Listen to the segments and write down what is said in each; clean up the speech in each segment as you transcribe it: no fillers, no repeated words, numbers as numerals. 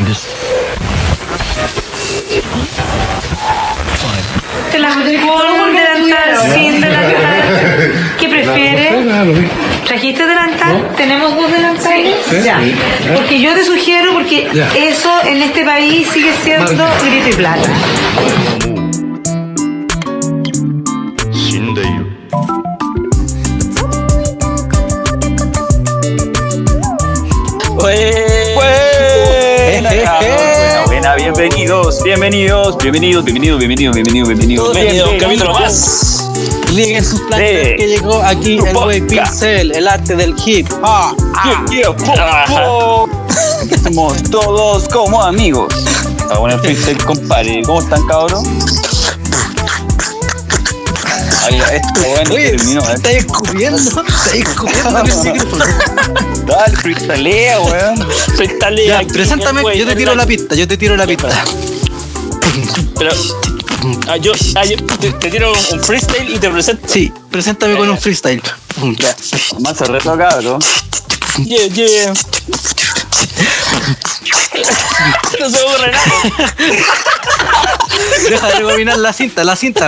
Te las puedo delantar sin delantar. ¿Qué prefieres? ¿Trajiste delantal? ¿Tenemos dos delantales? Ya. Porque yo te sugiero, porque eso en este país sigue siendo grito y plata. Buena, bienvenidos, un capítulo más. Liguen sus plantas que llegó aquí el wey Pixel, el arte del hip. Somos todos como amigos. A buena freestyle, compadre. ¿Cómo están, cabrón? Oye, ¿estás escupiendo en el micrófono? Dale, freestalea, weón. Ya, preséntame, yo te tiro la pista. Pero yo te tiro un freestyle y te presento. Sí, preséntame con un freestyle. Ya, más reto, cabrón. Yeah. No se ocurre nada. Deja de rebobinar la cinta.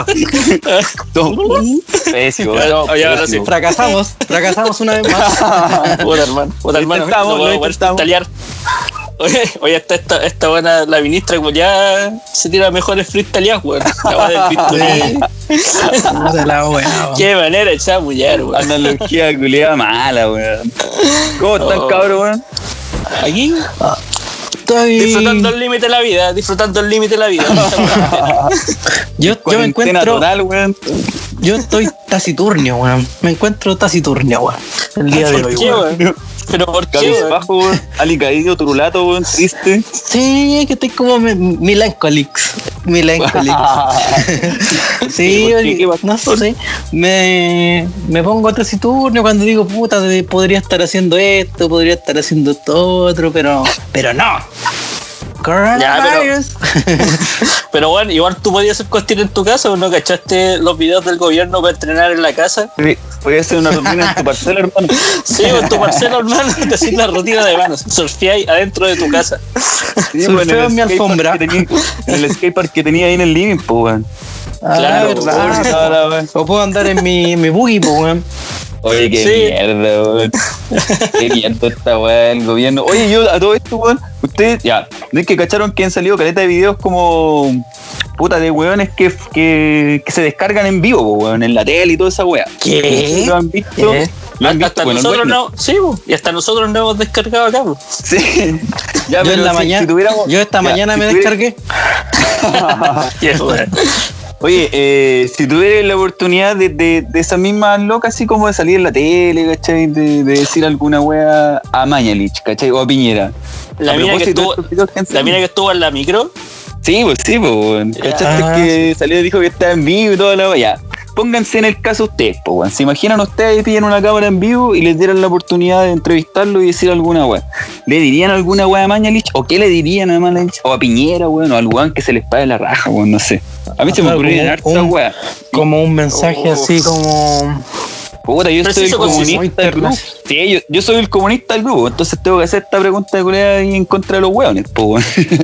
Fracasamos una vez más. Puta hermano, no puedo poder taliar. Oye, esta buena, la ministra ya se tira mejores freestyleadas, weón. La buena. Qué manera de chamullar, weón. Analogía culiada mala, weón. ¿Cómo están, cabrón, weón? Aquí disfrutando el límite de la vida. Yo me encuentro natural, weón. Yo estoy taciturnio, weón. Me encuentro taciturnio, weón. El día de hoy, weón. ¿Pero por qué, weón? Bajo, weón. Alicaído, turulato, weón. Triste. Sí, que estoy como Milancolix. Sí, no sé. Me pongo taciturnio cuando digo, puta, podría estar haciendo esto, podría estar haciendo esto otro, pero no. Coronavirus. Pero bueno, igual tú podías hacer cuestiones en tu casa, ¿o no cachaste los videos del gobierno para entrenar en la casa? Sí, podías hacer una rutina en tu parcela, hermano. Sí, en tu parcela, hermano, te haces la rutina de manos, surfeáis adentro de tu casa. Sí, surfeo en mi alfombra. En el skatepark que tenía ahí en el living, pues, weón. Claro, verdad. O puedo andar en mi buggy, pues, weón. Oye, qué mierda, weón. Qué mierda esta weá del gobierno. Oye, yo a todo esto, weón, ustedes, ya, ¿no es que cacharon que han salido caleta de videos como puta de weones que se descargan en vivo, weón, en la tele y toda esa weá? ¿Qué? ¿Lo han visto? ¿Qué? Hasta bueno, nosotros no, sí, y hasta nosotros no hemos descargado acá, po. Sí. Ya, yo esta mañana me descargué. Qué bueno. Oye, si tuvieras la oportunidad de esa misma loca, así como de salir en la tele, ¿cachai? De decir alguna wea a Mañalich, ¿cachai? O a Piñera. La mina que estuvo en la micro. Sí, pues, ¿cachaste que salió y dijo que estaba en vivo y toda la wea? Pónganse en el caso ustedes, pues, weón. ¿Se imaginan ustedes que pillan una cámara en vivo y les dieran la oportunidad de entrevistarlo y decir alguna weá? ¿Le dirían alguna weá a Mañalich? ¿O qué le dirían a Mañalich? ¿O a Piñera, weón? ¿O al weón que se les pague la raja, weón? No sé. A mí se me ocurrió hartas weá. Como un mensaje así como... Puta, yo soy el comunista del grupo. Sí, yo soy el comunista del grupo, entonces tengo que hacer esta pregunta de culea y en contra de los weones, pues, weón.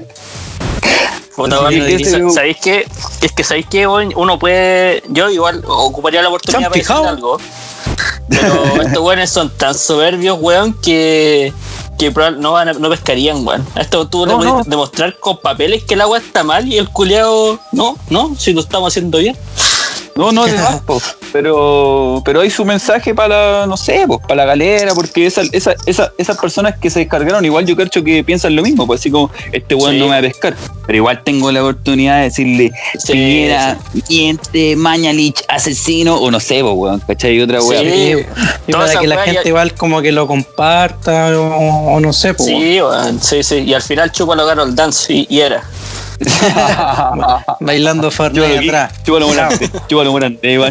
¿Sabéis qué? Es que sabéis que uno puede. Yo igual ocuparía la oportunidad para decir algo. Pero estos weones son tan soberbios, weón, que no pescarían, weón. Esto tú le puedes demostrar con papeles que el agua está mal y el culiao no, si lo estamos haciendo bien. No, pero hay su mensaje para, no sé, pues, para la galera, porque esas personas que se descargaron, igual yo cacho que piensan lo mismo, pues así como, este weón no me va a pescar, pero igual tengo la oportunidad de decirle, Piñera, miente, Mañalich, asesino, o no sé, pues, weón, ¿cachai? Otra weón. Y para que la gente igual como que lo comparta, o no sé, pues. Sí, weón, sí, y al final chupa lo gano el dance, y era. Bailando Fortnite atrás. Chúpalo morante, igual.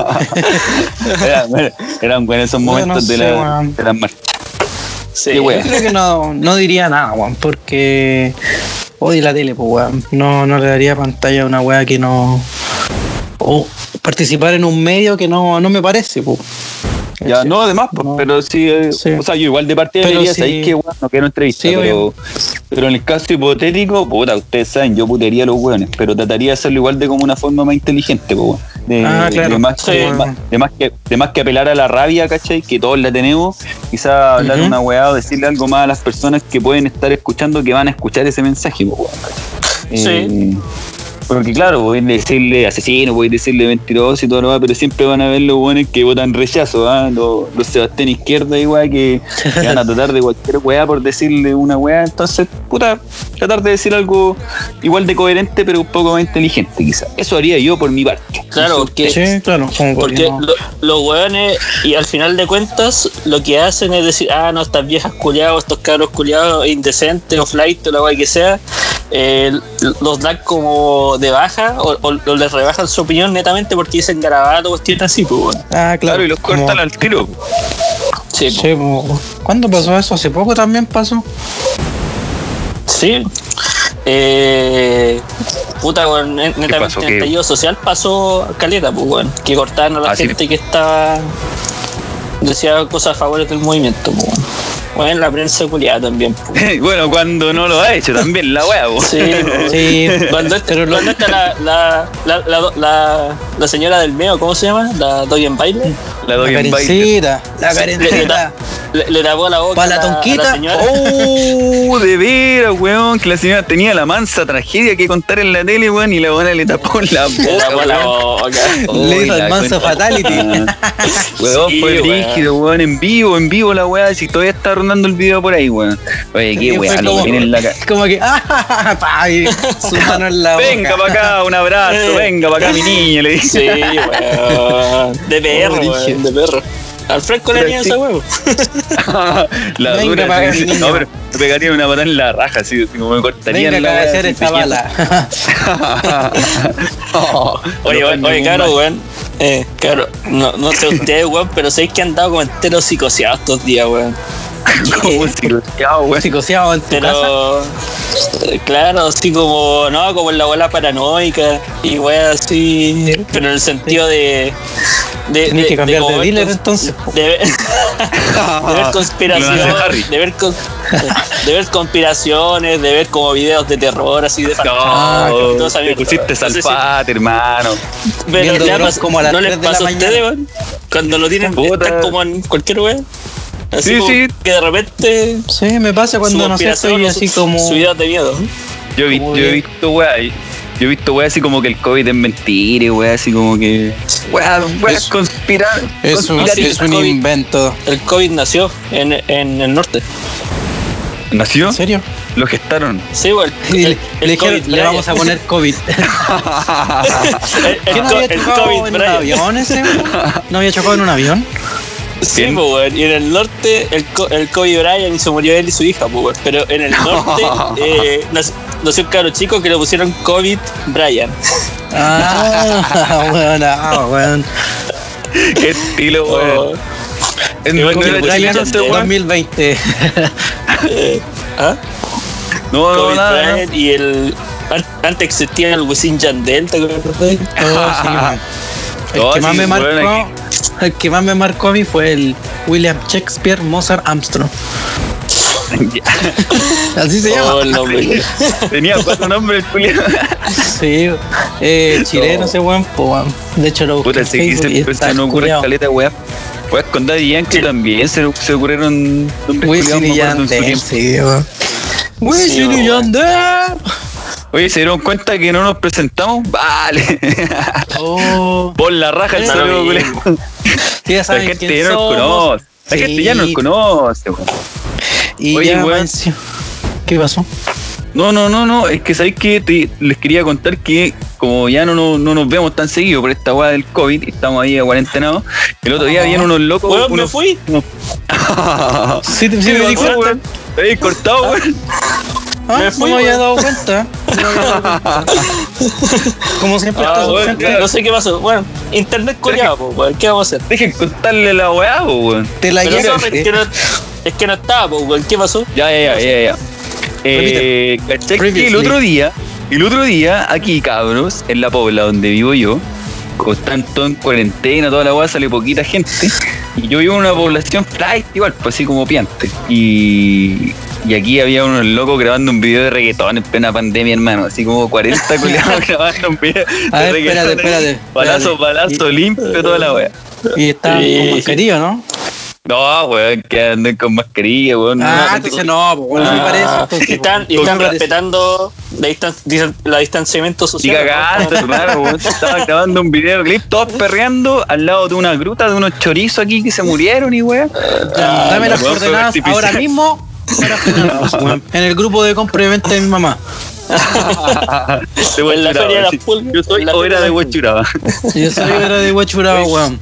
Eran buenos esos momentos de las marchas. Sí, yo creo que no diría nada, weón, porque odio la tele, pues, weón. No le daría pantalla a una weá que no... O participar en un medio que no me parece, pues. Ya, no, además, pues, No. pero sí, Sí. o sea, yo igual de partida Pero diría, sí. ¿sabéis qué, weón? No quiero entrevista, Sí, pero en el caso hipotético, puta, ustedes saben, yo putearía a los weones, pero trataría de hacerlo igual de como una forma más inteligente, pues, weón. Claro. De más, Sí. de más que apelar a la rabia, ¿cachai? Que todos la tenemos, quizás hablar Ujú. una weá o decirle algo más a las personas que pueden estar escuchando, que van a escuchar ese mensaje, pues, weón, ¿cachai? Sí. Porque claro, podéis decirle asesino, podéis decirle mentiroso y todo lo demás, pero siempre van a ver los buenos que votan rechazo, ¿ah? Los Sebastián Izquierda igual que van a tratar de cualquier weá por decirle una weá. Entonces, puta, tratar de decir algo igual de coherente, pero un poco más inteligente quizás. Eso haría yo por mi parte. Claro, porque Sí, claro. Porque los hueones, y al final de cuentas, lo que hacen es decir, no, estas viejas culiados, estos cabros culiados indecentes o flight o la guay que sea, los dan como de baja o les rebajan su opinión netamente porque dicen garabato o cuestiones así, pues bueno. Claro, y los cortan al tiro. Sí, Sí, ¿cuándo pasó eso? Hace poco también pasó. sí. Puta, bueno, netamente pasó? en ¿Qué? el estallido social pasó caleta, pues bueno, que cortaron a la Sí. gente que estaba decía cosas a favor del movimiento, pues bueno. Bueno, la prensa culiada también, pues. Bueno, cuando no lo ha hecho también la weá, po. Sí, Sí, cuando está la señora del meo, ¿cómo se llama? La doy en baile. La doy en baile. Karencita, la Karencita. Le tapó la boca Pa' la tonquita. señora. Oh, de veras, weón, que la señora tenía la mansa tragedia que contar en la tele, weón, y la buena le tapó la boca. Le tapó la weón. boca. Le hizo Uy, el manso concha. fatality. Weón, Sí, fue weón. rígido, weón, en vivo la weá, si todavía está rondando el video por ahí, weón. Oye, qué Y fue weá, lo como- tiene en la cara. Como que, pa, y su mano en la boca. Venga para acá, un abrazo, venga para acá, mi niña, le dice. Sí, weón. De perro, weón, de perro. Al Franco le tenía esa huevo. La Venga dura, pa' acá, sí, mi niño. no, pero me pegaría una patada en la raja, así como me cortaría Venga a la weá, cabecear así, esta de bala. Oye, caro, weón. Claro, no sé ustedes, weón, pero sabéis que han dado como enteros psicoseados estos días, weón. como psicoseado, weón. Psicoseado en tu casa. Pero, claro, así como, no, como en la bola paranoica y weón, así, pero en el sentido de. Tienes que cambiar de como dealer ver entonces. de ver, de ver conspiraciones, Lo hace Harry. de ver conspiraciones, de ver como videos de terror, así de No, todos te amigos. pusiste No sé si- salpate, hermano. Pero Viendo le ha Bros pas- como a las no les 3 de la pasa a mañana. ustedes, weón, cuando lo tienen, Puta. están como en cualquier weón. Así Sí, como sí. que de repente Sí, me pasa cuando no sé, estoy así como. su videos de miedo. Yo Como he bien. visto weá, yo he visto weá así como que el COVID es mentira, y weá así como que. Weá, Es- conspirar. Es un COVID. invento. El COVID nació en el norte. ¿Nació? ¿En serio? Lo gestaron. Sí, weón. Y El le dijeron, COVID, le Brian. vamos a poner COVID. El ¿Qué no había el chocado COVID, en un Brian. avión ese? ¿No había chocado en un avión? Sí, Bien. pues, weón. Y en el norte, el Kobe Bryant y se murió él y su hija, pues, weón. Pero en el norte, nació un cabro chico que le pusieron COVID Bryant. Weón. Qué estilo, weón. Oh, En igual que no el era chileno Bryant, este weón. 2020. ¿Ah? No, Kobe nada. Bryant y el. Antes existía el Wisin Yandel, ¿te acuerdas? Oh, sí, man. No, El que más sí, me bueno, marcó, el que más me marcó a mí fue el William Shakespeare Mozart Armstrong. Así se llama. Oh, el nombre. Tenía 4 nombres el Julio. Sí, chileno ese weón, po, weón. De hecho lo busqué Puta, en si Facebook y siempre está se nos ocurre culiao. caleta, weá. Weá, con Daddy Yankee Sí. también se ocurrieron nombres Wisin y culiados, me acuerdo en su Yandel, tiempo. sí, weón. Wisin y weón. Yandel. Oye, ¿se dieron cuenta que no nos presentamos? Vale. Oh, Por la raja el Está saludo, bien. culero. sí, ya La saben gente quién ya nos somos. conoce. La Sí. gente ya nos conoce, weón. Y Oye, ya, weón. Mancio. ¿Qué pasó? No, es que sabéis que les quería contar que como ya no nos vemos tan seguido por esta weá del COVID, y estamos ahí a cuarentenados, el otro día Ajá. habían unos locos. Weón, me fui. Sí, ¿Qué me di pasó, cuenta. weón? Te habéis cortado, weón. Ah, Me fui, no me había weón. dado cuenta. No me había dado cuenta. Como siempre Ah, estás weón, ausente, ya. No sé qué pasó. Bueno, internet coreado, pues, weón. ¿Qué vamos a hacer? Dejen contarle la weá, weón. te la Pero llevas. eso es que no estaba, pues, weón. ¿Qué pasó? Ya. ¿Cachai? Que Previously. el otro día, aquí, cabros, en la Pobla donde vivo yo, están todos en cuarentena, toda la weá, sale poquita gente. Y yo vivo en una población flight igual, pues así como piante. Y aquí había unos locos grabando un video de reggaetón en plena pandemia, hermano. Así como 40 culiados grabando un video de reggaetón. Espérate. Balazo limpio, toda la weá. Y está con mascarilla, ¿no? No, weón, que anden con mascarilla, weón. Entonces no, pues no me parece. Están respetando la distanciamiento social. Y cagando, hermano, weón. Estaba grabando un videoclip, todos perreando al lado de una gruta de unos chorizos aquí que se murieron y weón. Dame las coordenadas ahora mismo. En el grupo de compra y venta de mi mamá. En la feria de las pulgas. Yo soy Oera de Huachuraba. Yo soy Oera de Huachuraba, weón.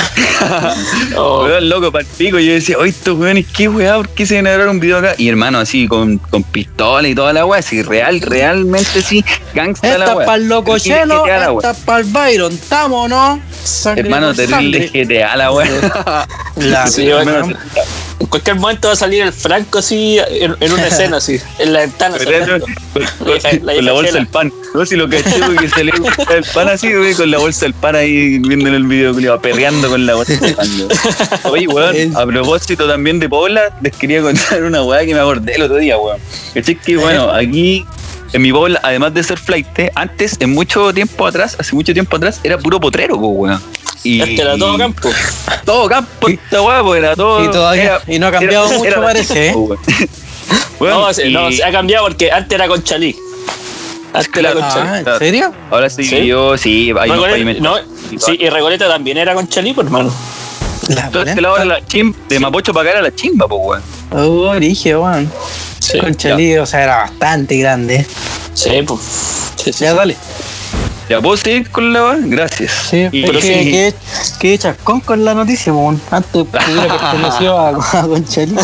Weón, loco, pa'l pico. Yo decía, oye, estos weones, ¿qué weá? ¿Por qué se viene a grabar un video acá? Y hermano, así, con pistola y toda la weá. Así, realmente sí, gangsta la weá. Esta pa'l loco Chelo, esta pa'l Byron. ¿Estamos o no? Hermano, terrible GTA la weá. Sí, hermano. En cualquier momento va a salir el Franco así en una escena así, en la ventana. Con la bolsa del pan. No, si lo caché porque salió el pan así, güey, con la bolsa del pan ahí viendo en el video, perreando con la bolsa del pan. Oye, weón, a propósito también de Pobla, les quería contar una weá que me acordé el otro día, weón. Caché que, bueno, aquí en mi Pobla, además de ser flight, antes, hace mucho tiempo atrás, era puro potrero, weón. Y era todo campo. Todo campo, esta weá, pues era todo. Y todavía, y no ha cambiado mucho, parece, Bueno, no, se ha cambiado porque antes era con Chalí. ¿En serio? Ahora sí, ¿Sí? Sí, hay un pavimento. Sí, y Recoleta también era con Chalí, pues, hermano. Entonces la hora de Mapocho para acá era la chimba, pues, weón. Origen, weón. Sí, con Chalí, o sea, era bastante grande. Sí, pues. Sí. Ya, dale. ¿Ya puedo seguir con la weá? Gracias. Sí, pero que chascón con la noticia, weón. Antes hubiera pertenecido a Conchalino.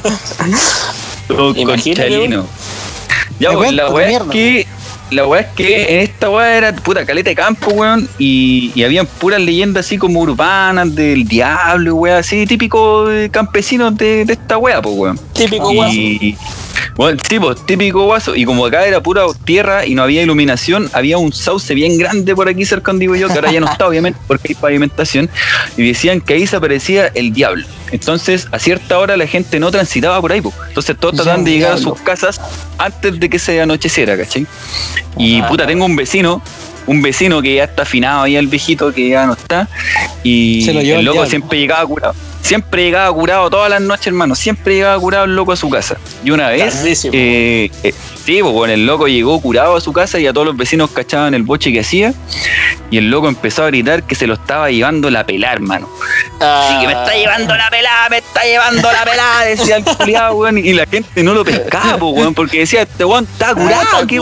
Conchalino. Ya, pues, la weá es que en esta weá era puta caleta de campo, weón, y habían puras leyendas así como urbanas del diablo, weá, así, típico de campesinos de esta weá, pues, weón. Típico guaso. Bueno, sí, pues, típico guaso. Y como acá era pura tierra y no había iluminación, había un sauce bien grande por aquí cerca donde digo yo, que ahora ya no está, obviamente, porque hay pavimentación, y decían que ahí se aparecía el diablo. Entonces, a cierta hora la gente no transitaba por ahí, pues. Entonces todos trataban de llegar a sus casas antes de que se anocheciera, ¿cachai? Y puta, tengo un vecino que ya está afinado ahí, el viejito que ya no está, y el loco siempre llegaba curado. Siempre llegaba curado todas las noches, hermano. Siempre llegaba curado el loco a su casa. Y una vez, sí, pues bueno, el loco llegó curado a su casa y a todos los vecinos cachaban el boche que hacía. Y el loco empezó a gritar que se lo estaba llevando la pelá, hermano. Así que me está llevando la pelá, decía el culiado, weón. Y la gente no lo pescaba, pues, weón, porque decía, este weón está curado, qué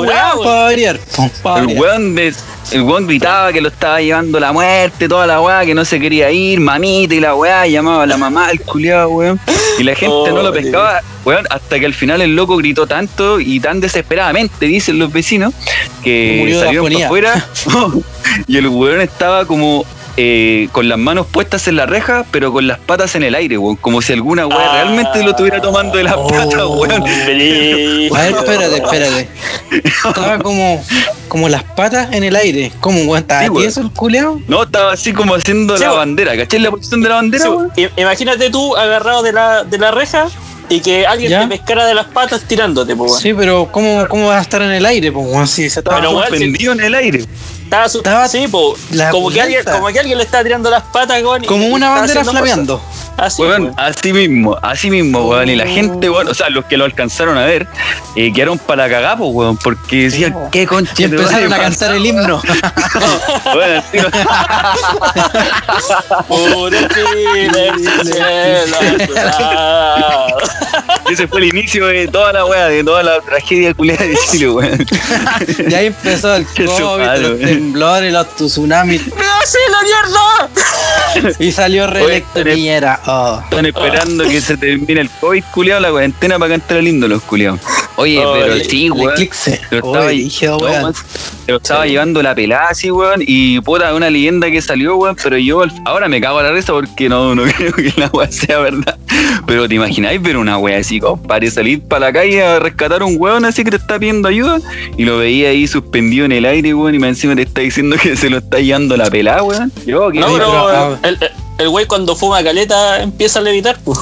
weón. El weón gritaba que lo estaba llevando la muerte, toda la weá, que no se quería ir, mamita y la weá, llamaba a la mamá, el culiado, weón. Y la gente no lo pescaba, weón, hasta que al final el loco gritó tanto y tan desesperadamente, dicen los vecinos, que salieron para afuera y el weón estaba como con las manos puestas en la reja, pero con las patas en el aire, weón, como si alguna weá realmente lo estuviera tomando de las patas, weón. A ver, espérate. Estaba como las patas en el aire. ¿Cómo, weón? ¿Estaba tieso el culeado? No, estaba así como haciendo la bandera. ¿Cachai la posición de la bandera? Sí, imagínate tú agarrado de la reja y que alguien te pescara de las patas tirándote, pues, weón. Sí, pero ¿cómo vas a estar en el aire, pues, weón? Sí, se estaba suspendido en el aire. Estaba sí, como que alguien le estaba tirando las patas, weón. Como una bandera flameando. Así, weón, así mismo, weón. Y la gente, weón, o sea, los que lo alcanzaron a ver, quedaron para la cagá, pues, weón, porque decían, ¿qué concha? Y empezaron a cantar el himno. Bueno, así ese fue el inicio de toda la weá, de toda la tragedia culiada de Chile, weón. Y ahí empezó el COVID, los temblores, los tsunamis. ¡Sí, la mierda! Y salió reelecto Piñera. Están esperando que se termine el COVID, culiado, la cuarentena para cantar el lindo los culiados. Oye, pero sí, weón. Lo estaba llevando la pelada así, weón. Y puta, una leyenda que salió, weón. Pero yo ahora me cago a la risa porque no creo que la weá sea verdad. Pero te imagináis ver una wea así, compadre, salir para la calle a rescatar a un weón así que te está pidiendo ayuda y lo veía ahí suspendido en el aire, weón, y más encima te está diciendo que se lo está llevando la pelada, weón. No, pero el güey cuando fuma caleta empieza a levitar, pues.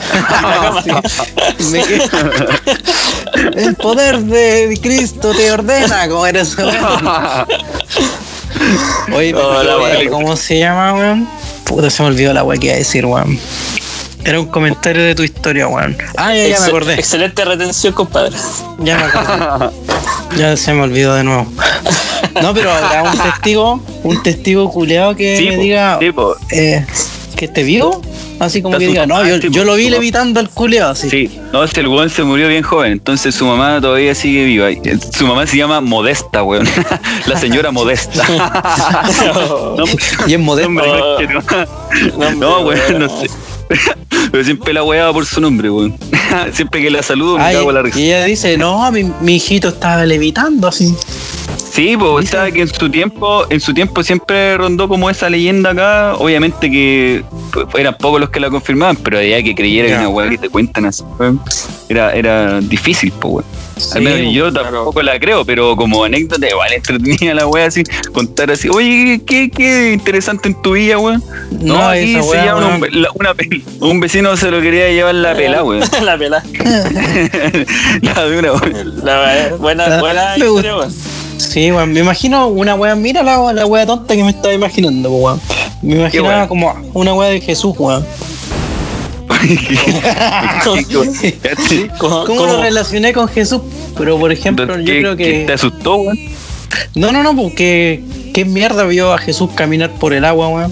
El poder de Cristo te ordena, como eres. Oye, ¿cómo se llama, weón? Puta, se me olvidó la weá que iba a decir, weón. Era un comentario de tu historia, weón. Ah, ya me acordé. Excelente retención, compadre. Ya me acordé. Ya se me olvidó de nuevo. No, pero habrá un testigo culeado que me diga que esté vivo. Así como que diga, no, yo lo vi levitando al culeado. Sí, no, el weón se murió bien joven, entonces su mamá todavía sigue viva. Su mamá se llama Modesta, weón. La señora Modesta. Y es Modesta. No, weón, no sé. Pero siempre la weaba por su nombre, weón. Siempre que la saludo me cago en la risa. Y ella dice, no, mi hijito estaba levitando así. Sí, pues sabes que en su tiempo siempre rondó como esa leyenda acá. Obviamente que eran pocos los que la confirmaban, pero ya que creyera que una weá que te cuentan así, era difícil, pues weón. Sí, al menos yo tampoco la creo, pero como anécdota igual entretenida la weá así, contar así, oye, qué interesante en tu vida, weón. No, aquí esa se llama un vecino se lo quería llevar la pela, weón. La pela. La dura, weón. La buena historia, weón. Sí, weón, me imagino una weá, mira la weá tonta que me estaba imaginando, weón. Me imaginaba como una weá de Jesús, weón. ¿Cómo lo relacioné con Jesús? Pero por ejemplo, yo creo que. ¿Te asustó, weón? No, porque ¿qué mierda vio a Jesús caminar por el agua, weón?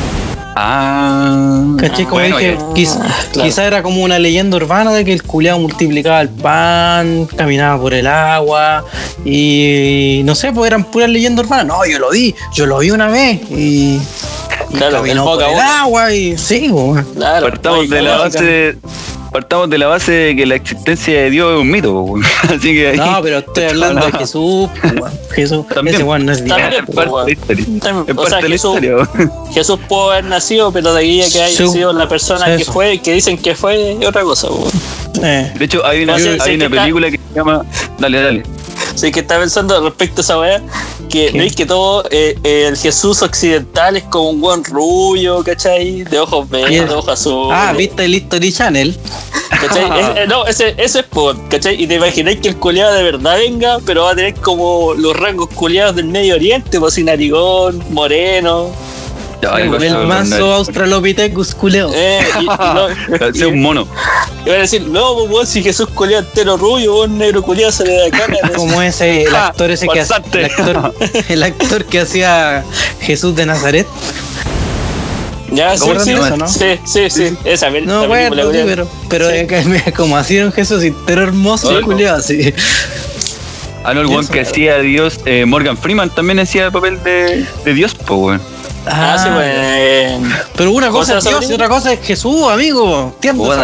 ¿Cachai? Como bueno, dije, quizá era como una leyenda urbana de que el culeado multiplicaba el pan, caminaba por el agua y no sé, pues eran puras leyendas urbanas. No, yo lo vi una vez y caminó por el agua y sí, pues. Claro, partamos de la base de que la existencia de Dios es un mito, weón. Así que no, pero estoy hablando de Jesús, weón. Jesús también, ese weón no es Dios. Es parte de la historia. Es parte de la historia, Jesús pudo haber nacido, pero de ahí a que haya sido la persona que fue, que dicen que fue, es otra cosa, weón. De hecho, hay una película que se llama. Dale. Sí, que está pensando respecto a esa weá, que veis que todo el Jesús occidental es como un buen rubio, ¿cachai? De ojos verdes, de ojos azules. ¿Viste el History Channel? ¿Cachai? No, ese es por, ¿cachai? Y te imagináis que el culiado de verdad venga, pero va a tener como los rangos culiados del Medio Oriente, pues sin narigón, moreno. El manso Australopithecus culeo. Es un mono. Y van a decir, no, pues si Jesús culeo entero rubio, vos negro culiado se le da cara. Como ese, el actor ese que hacía, el actor que hacía Jesús de Nazaret. Ya, sí, eso, ¿no? Sí, esa no, bueno, pero como así era un Jesús pero hermoso y culiado así. No, el weón que hacía Dios, Morgan Freeman también hacía el papel de Dios, pues weón. Sí, bueno. Pero una cosa es Dios y otra cosa es Jesús, amigo.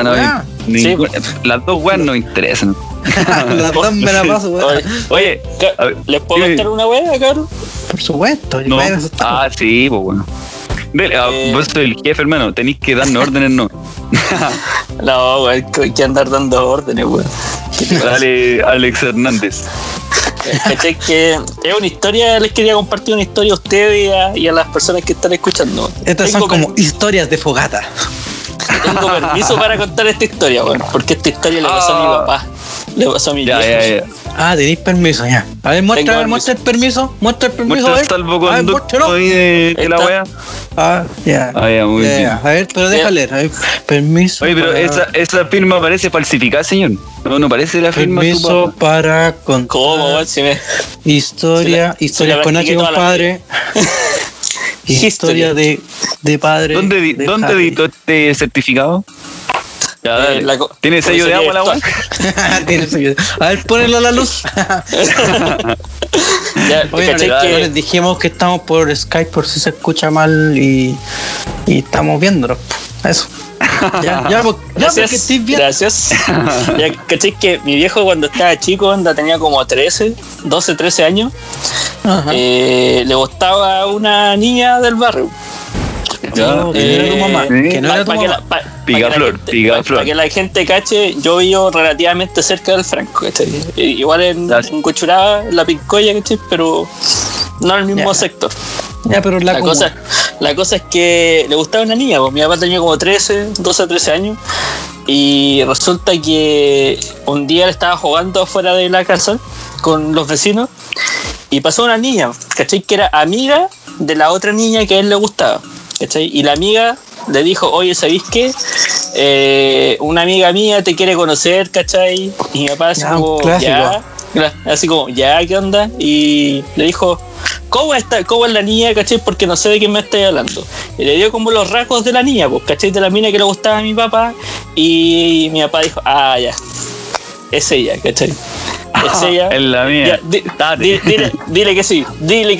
Las dos weas no interesan. Las dos me la paso, weón. Oye, ¿les puedo contar una wea, cabrón? Por supuesto. No. Sí, pues bueno. Vos sois el jefe, hermano. Tenéis que darnos órdenes, ¿no? No, weón, hay que andar dando órdenes, weón. Dale, Alex Hernández. ¿Cachai? Que es una historia, les quería compartir una historia a ustedes y a las personas que están escuchando. Estas son como historias de fogata. Tengo permiso para contar esta historia, bueno, porque esta historia le pasó a mi papá. Le pasó a mi viejo. Tenéis permiso, ya. A ver, muestra el permiso. Muestra el permiso, muestra el salvoconducto de la wea. Ya, muy bien. A ver, pero deja leer. A ver, permiso. Oye, pero esa firma parece falsificada, señor. No parece la firma. Permiso para contar. ¿Cómo, si me... Historia con H, compadre. Historia de padre. ¿Dónde editó este certificado? ¿Tiene sello de agua la wea? Tiene sello. A ver, ponelo a la luz. Oye, no les dijimos que estamos por Skype por si se escucha mal y estamos viéndolo. Eso. Gracias. Ya, ¿cachai? Que mi viejo cuando estaba chico, tenía como 12, 13 años. Le gustaba una niña del barrio. Que no era tu mamá. Que no era tu mamá. Picaflor. Para que la gente cache, yo vivo relativamente cerca del Franco, ¿cachai? Igual en Cuchuraba, en la Pincoya, ¿cachai? Pero no en el mismo sector. Ya, pero la cosa es que le gustaba una niña, pues mi papá tenía como 12 a 13 años. Y resulta que un día él estaba jugando afuera de la casa con los vecinos y pasó una niña, ¿cachai? Que era amiga de la otra niña que a él le gustaba, ¿cachai? Y la amiga le dijo, oye, ¿sabéis qué? Una amiga mía te quiere conocer, ¿cachai? Y mi papá así como, ya, ¿qué onda? Y le dijo, ¿cómo es la niña, cachai? Porque no sé de quién me estáis hablando. Y le dio como los rasgos de la niña, pues, cachai, de la mina que le gustaba a mi papá. Y mi papá dijo, ya, es ella, cachai. Es ella. Es la mía. Ya, dile que sí.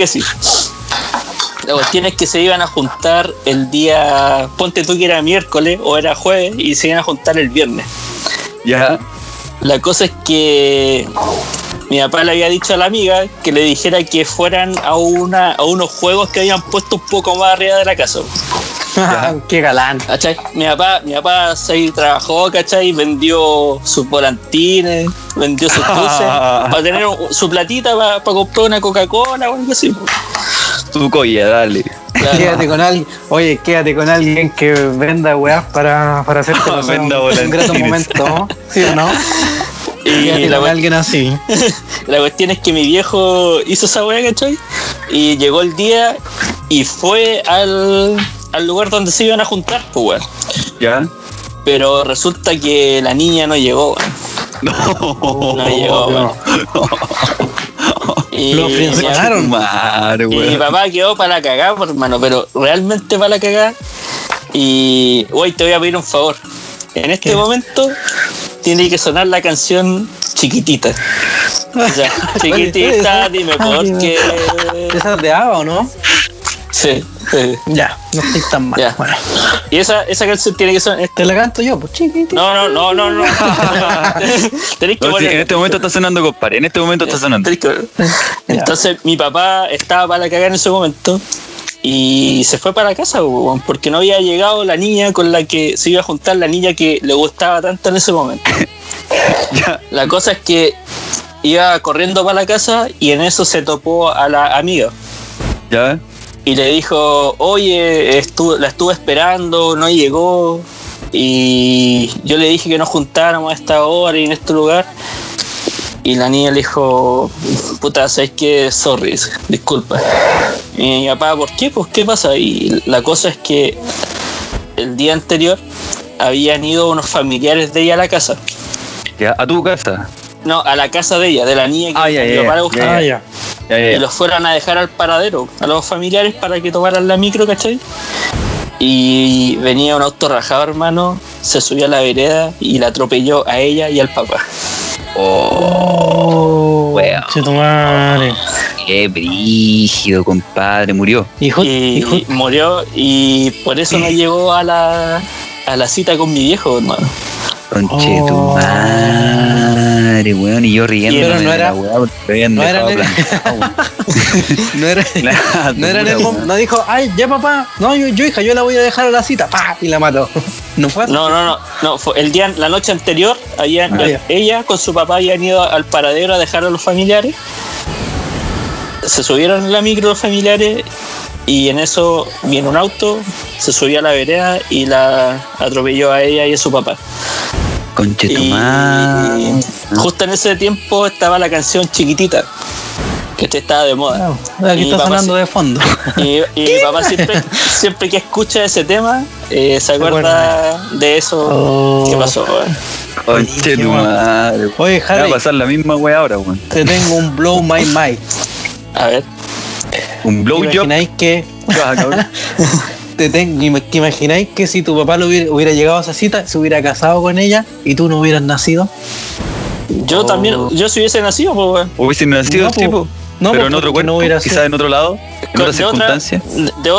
La cuestión es que se iban a juntar el día, ponte tú que era miércoles o era jueves, y se iban a juntar el viernes. Ya. La cosa es que mi papá le había dicho a la amiga que le dijera que fueran a unos juegos que habían puesto un poco más arriba de la casa. Qué galán. ¿Cachai? Mi papá se trabajó, ¿cachai? Vendió sus volantines, vendió sus dulces para tener su platita para comprar una Coca-Cola o algo así. Tu colla, dale. Claro. Quédate con alguien que venda weas para hacerte un grato momento, ¿sí o no? Y alguien así. La cuestión es que mi viejo hizo esa wea, ¿cachai? Y llegó el día y fue al lugar donde se iban a juntar, pues weón. Ya. Pero resulta que la niña no llegó, weón. No llegó, weón. Y lo frencionaron. Y mi papá quedó para la cagada, hermano, pero realmente para la cagada. Y, güey, te voy a pedir un favor. En este momento tiene que sonar la canción Chiquitita. O sea, chiquitita, dime por qué. ¿Esa es de ABBA o no? Sí. Ya, no estoy tan mal. Ya. Bueno. Y esa canción tiene que sonar. Te la canto yo, pues chiquitita. No. Tenés que en este momento está sonando, compadre. En este momento está sonando. Entonces, mi papá estaba para la cagada en ese momento. Y se fue para la casa, porque no había llegado la niña con la que se iba a juntar, la niña que le gustaba tanto en ese momento. La cosa es que iba corriendo para la casa y en eso se topó a la amiga. ¿Ya? Y le dijo, oye, la estuve esperando, no llegó. Y yo le dije que nos juntáramos a esta hora y en este lugar. Y la niña le dijo, puta, ¿sabes qué? Sorry, disculpa. Y mi papá, ¿por qué? Pues, ¿qué pasa? Y la cosa es que el día anterior habían ido unos familiares de ella a la casa. ¿Ya? ¿A tu casa? No, a la casa de ella, de la niña que mi papá le gustaba. Y los fueron a dejar al paradero, a los familiares, para que tomaran la micro, ¿cachai? Y venía un auto rajado, hermano, se subió a la vereda y la atropelló a ella y al papá. Weón. Chetumare. Qué brígido, compadre. Murió. Y murió y por eso no llegó a la cita con mi viejo, hermano. Conchetumare, weón. Y yo riendo. Pero no era. No dijo, ay, ya papá. No, yo hija, yo la voy a dejar a la cita. ¡Pah! Y la mató. ¿No fue así? No. Fue la noche anterior, ella con su papá habían ido al paradero a dejar a los familiares. Se subieron en la micro los familiares y en eso viene un auto, se subió a la vereda y la atropelló a ella y a su papá. Conchetumare. Justo en ese tiempo estaba la canción Chiquitita, que estaba de moda. Aquí está sonando de fondo. Y mi papá siempre que escucha ese tema se acuerda de eso que pasó. Conchetumare. Oye, Harry, va a pasar la misma wea ahora, weón. Te tengo un blow my mind. A ver. Un blow job. ¿Te imagináis que si tu papá hubiera llegado a esa cita, se hubiera casado con ella y tú no hubieras nacido? Yo también, yo si hubiese nacido, pues, weón. Hubiese nacido el tipo. No, pero en otro cuerpo, no quizás en otro lado, en otra circunstancia. De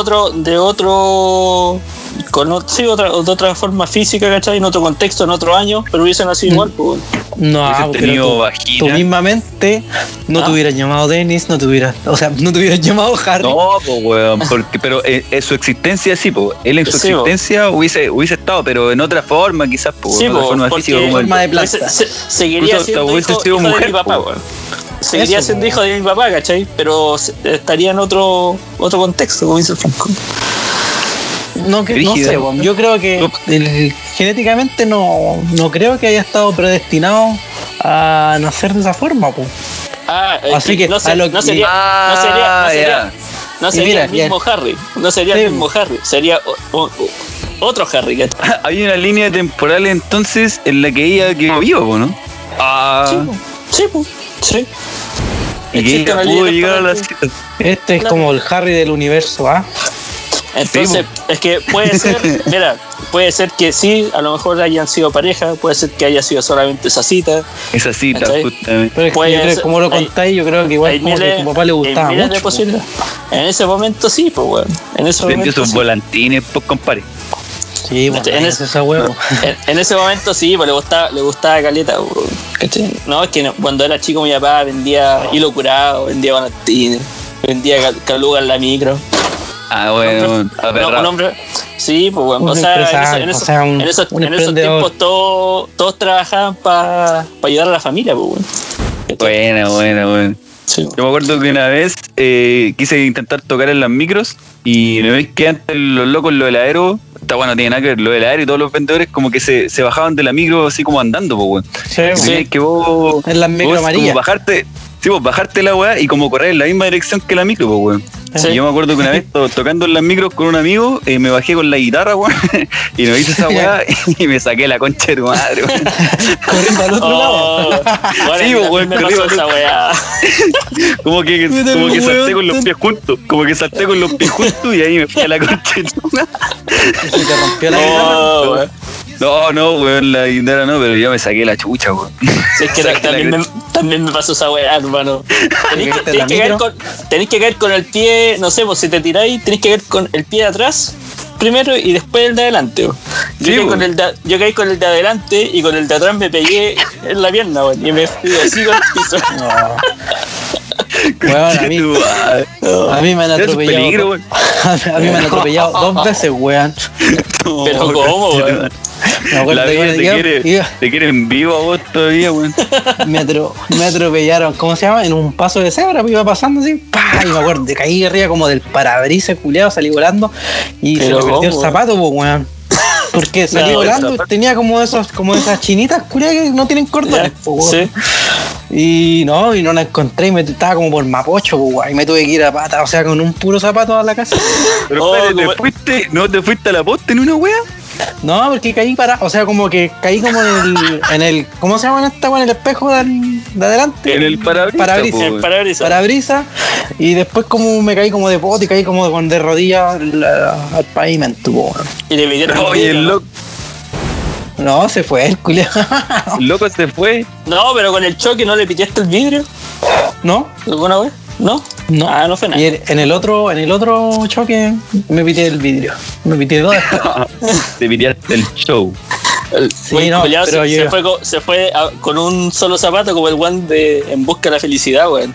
otra forma física, ¿cachai? En otro contexto, en otro año, pero hubiese nacido igual, pues. No, hubieses pero tenido tú vagina. mismamente no te hubieras llamado Dennis, no te hubieras llamado Harry. No, pues, weón, pero en su existencia sí, pues. Él en su existencia hubiese estado, pero en otra forma, quizás, pues. Sí, en otra forma porque física, como forma de planta. Seguiría siendo hijo mujer, de mi papá, weón. Seguiría Eso, siendo hijo de mi papá, ¿cachai? Pero estaría en otro contexto, como dice el Franco. No sé, weón. Yo creo que genéticamente no creo que haya estado predestinado a nacer de esa forma, pues. Así que no sería el mismo Harry. No sería el mismo Harry. Sería otro Harry. Hay una línea temporal entonces en la que ella quedó viva, ¿no? Sí. Y que ella pudo llegar a la cita. Este es como el Harry del universo, ¿ah? Entonces, es que puede ser que sí, a lo mejor hayan sido pareja, puede ser que haya sido solamente esa cita. Esa cita, justamente. Pero es que yo creo, como lo contáis, yo creo que igual como que a tu papá le gustaba mucho. En ese momento sí, pues bueno. En ese momento sus volantines, pues compadre. Sí, bueno, en ese momento sí, pues le gustaba caleta, ¿cachai? No, es que cuando era chico mi papá vendía hilo curado, vendía volantines, vendía caluga en la micro. Bueno, un hombre, sí, pues bueno, en esos tiempos todos trabajaban para ayudar a la familia, pues bueno. Bueno. Sí. Yo me acuerdo que una vez quise intentar tocar en las micros y una vez que antes los locos, los heladeros, no tiene nada que ver, los heladeros y todos los vendedores como que se bajaban de la micro así como andando, pues bueno. Sí. Que vos en las micro amarillas. Bajarte la weá y como correr en la misma dirección que la micro, pues weón. Sí. Yo me acuerdo que una vez tocando en las micros con un amigo, me bajé con la guitarra, weón, y no hice esa weá y me saqué la concha de tu madre, weón. Corriendo al otro lado. Sí, weón, corriendo esa weá. Como que salté con los pies juntos. Como que salté con los pies juntos y ahí me fui a la concha de tu madre. ¿Y se te rompió la guitarra? No, weón, la guitarra no, pero yo me saqué la chucha, weón. Es que también me pasó esa weá, hermano. Tenés que caer con el pie, no sé, pues si te tiráis, tenés que caer con el pie de atrás primero y después el de adelante. Yo caí con el de adelante y con el de atrás me pegué en la pierna, weón, y me fui así con el piso. Bueno, a mí me han atropellado. A mí me han atropellado 2 veces, weón. Pero ¿cómo, weón? La vida te quieren vivo a vos todavía, weón. Me atropellaron, ¿cómo se llama? En un paso de cebra, me iba pasando así, ¡pah! Y me acuerdo, caí arriba como del parabrisas culiado, salí volando y se me perdió el zapato, pues, weón. Porque salí volando, tenía como esas chinitas culiadas que no tienen cordones, pues, weón. Sí. Y no la encontré y me estaba como por Mapocho, pues, y me tuve que ir a pata, o sea, con un puro zapato a la casa. Pero espérate, ¿te fuiste a la posta en una wea? No, porque caí o sea, como que caí como en el ¿cómo se llama esta weá? En el espejo de adelante. En el parabrisas. Y después como me caí como de pote y caí como de rodillas al pavimento, po. Y le midieron. Oye, el loco. No, se fue el culiao. ¿El loco se fue? No, pero con el choque no le piteaste el vidrio. ¿No? ¿Alguna vez? ¿No? No fue nada. Y en el otro choque me pité el vidrio. Me pité 2. Te piteaste el show. Sí, no, pero se fue con un solo zapato como el one de En Busca de la Felicidad, weón.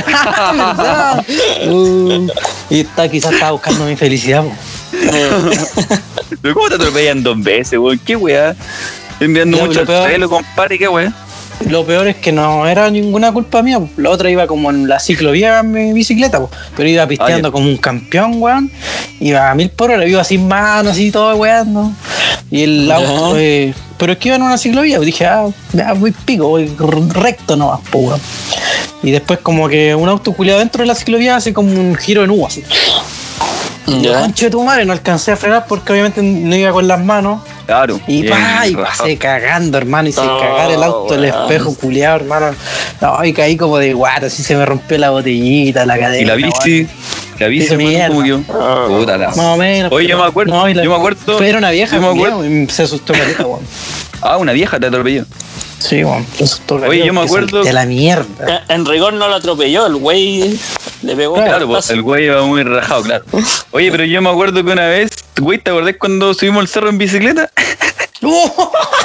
Y quizás estaba buscando mi felicidad, weón. ¿Pero cómo te atropellan 2 veces, weón? ¿Qué weá? Enviando mucho al pelo, compadre, ¿qué weá? Lo peor es que no era ninguna culpa mía, pues. La otra iba como en la ciclovía en mi bicicleta, pues. Pero iba pisteando como un campeón, weón. Iba a 1000 por hora, iba sin manos, así todo, weón, ¿no? Y el auto, pero es que iba en una ciclovía, pues dije, voy pico, voy recto nomás, pues, weón. Y después como que un auto culiado dentro de la ciclovía hace como un giro en U, así. Conche de tu madre, no alcancé a frenar porque obviamente no iba con las manos. Claro. Y pasé cagando, hermano, y se cagar el auto, el espejo culiado, hermano. No, y caí como de guata, así se me rompió la botellita, la cadena. ¿Y la bici? La bici, hermano, como yo. Puta la. Más o menos. Oye, yo me acuerdo. No, yo me acuerdo. Pero era una vieja, y se asustó caleta, weón. Una vieja te atropelló. Sí, weón. Oye, yo me acuerdo. De la mierda. En rigor no lo atropelló, el güey le pegó. Claro, pues, el güey iba muy rajado, claro. Oye, pero yo me acuerdo que una vez, güey, ¿te acordás cuando subimos el cerro en bicicleta?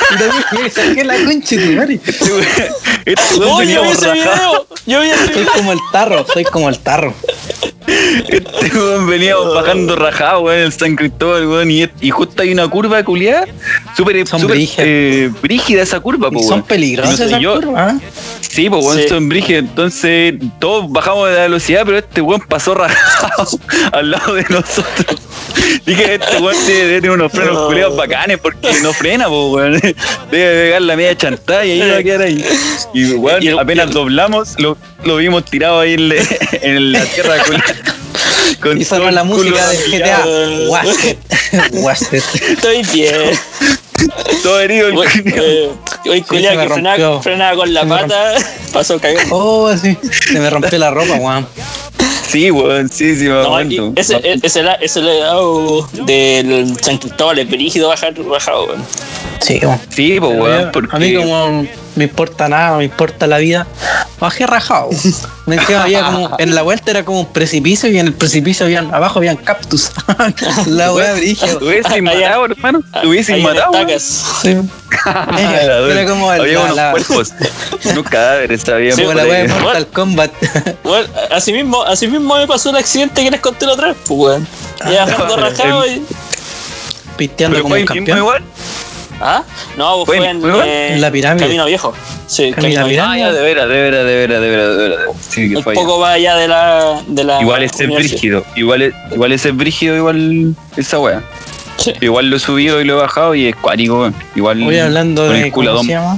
Saqué la concha de tu madre. Este weón venía borrajado. Yo vi ese video. Soy como el tarro. Este weón venía bajando rajado, weón, el San Cristóbal, weón, y justo hay una curva culiada, súper brígida esa curva, po, weón. Son peligrosas esas curvas, ¿eh? Sí, pues weón, son brígidas, entonces todos bajamos de la velocidad, pero este weón pasó rajado al lado de nosotros. Dije, este weón debe tener unos frenos culiados bacanes porque no frena, pues weón. Debe pegar la media chantada y ahí va a quedar ahí. Y weón, apenas doblamos, lo vimos tirado ahí en la tierra con y sonó la música de GTA. Wasted. Estoy bien. Todo herido el Hoy culiao que frenaba con la pata, pasó cagando. Oh, sí. Se me rompió la ropa, weón. Sí, weón, sí, me aguanto. Ese lado del San Cristóbal es brígido bajado, weón. Sí, weón. Sí, pues weón. A mí como me importa nada, me importa la vida, bajé rajado. Me había como, en la vuelta era como un precipicio y en el precipicio abajo habían cactus. La weá brígida. Te hubieses matado, hermano. Te hubieses matado. Sí. Era como había unos cuerpos, unos cadáveres, había como la weá de Mortal Kombat. Bueno, así mismo me pasó el accidente que les conté la otra vez, pues weón. Ya bajando rajado y pisteando como un campeón. Igual? ¿Ah? No, fue en la pirámide. Camino Viejo. Sí, Camino Viejo. Ah, ya, de veras. Sí, que un poco va allá de la igual es brígido. Igual es brígido, igual esa wea. Sí. Igual lo he subido y lo he bajado y es cuático, weón. Igual. Voy hablando de ¿cómo se llama?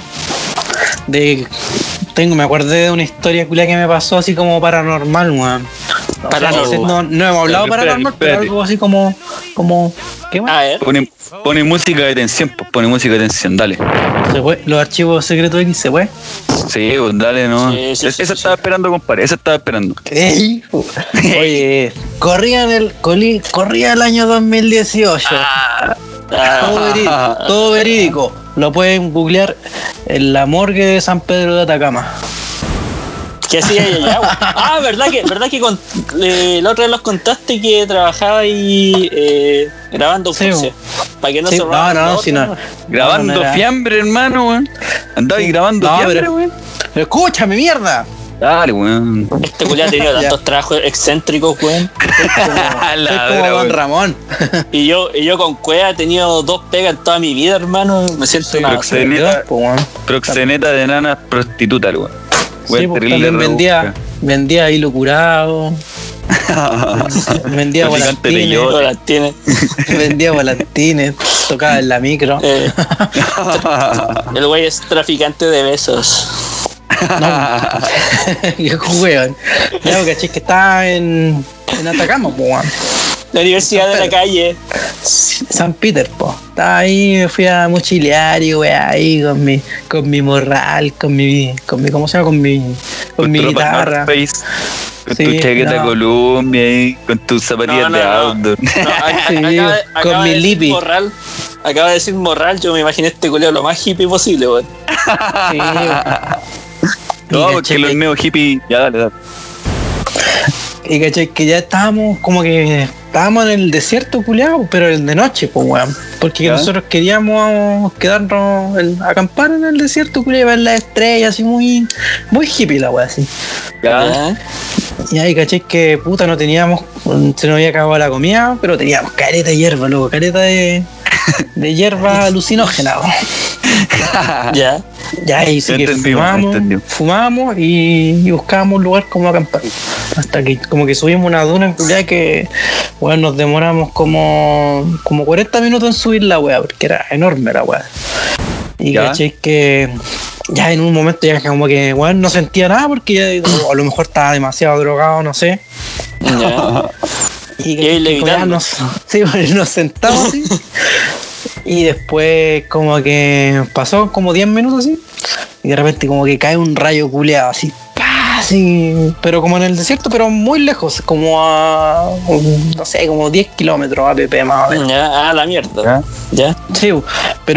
Me acordé de una historia culia que me pasó así como paranormal, weón. No hemos hablado paranormal, pero algo así como ¿qué más? Pone música de tensión, pues pone música de tensión, dale. ¿Se fue? ¿Los archivos secretos X se fue? Sí, pues dale, no. Sí, esa estaba esperando, compadre, esa estaba esperando. Oye, corría el año 2018. Todo verídico. Lo pueden googlear en la morgue de San Pedro de Atacama. ¿Qué hacía ella allá? ¿Verdad que la otra vez los contaste que trabajaba ahí grabando autopsia? Para que no se no. Grabando fiambre, hermano, weón. Andaba ahí grabando fiambre, weón. Pero escúchame, mierda. Dale, weón. Este culiao ha tenido tantos trabajos excéntricos, weón. Soy como Don Ramón. Y yo con Cueva he tenido 2 pegas en toda mi vida, hermano. Me siento una proxeneta de nanas prostituta, weón. Sí, porque también vendía hilo curado. Vendía volantines. Vendía volantines. Tocaba en la micro. El güey es traficante de besos. No. Qué weón. Ya, caché que estaba en Atacama, po, weón. La Universidad de la Calle. San Peter, po. Estaba ahí, me fui a mochilear y weá, ahí con mi morral, con mi ¿cómo se llama? Con mi guitarra. Con tu chaqueta Columbia, con tus zapatillas de outdoor. Con mi lipi. Acaba de decir morral, yo me imaginé este culeo lo más hippie posible, weón. Sí, no, porque los neo hippies. Ya, dale. Y caché que ya estábamos en el desierto culiao, pero el de noche, pues weón. Porque nosotros queríamos quedarnos acampar en el desierto culiao y ver las estrellas, así muy hippie la weá, así. Ya. Y ahí caché que puta no teníamos, se nos había acabado la comida, pero teníamos careta de hierba, loco, careta de hierba alucinógena. Ya. Y sí que fumamos y buscábamos un lugar como acampar. Hasta que como que subimos una duna en culiá que bueno, nos demoramos como 40 minutos en subir la weá, porque era enorme la weá. Y caché que ya en un momento ya como que bueno, no sentía nada porque ya, a lo mejor estaba demasiado drogado, no sé. Ya. Y nos sentamos así. Y después como que pasó como 10 minutos así. Y de repente como que cae un rayo culeado así. Así, pero como en el desierto, pero muy lejos, como a, no sé, como 10 kilómetros APP más o menos. Ya, la mierda. ¿Ya? Sí, pero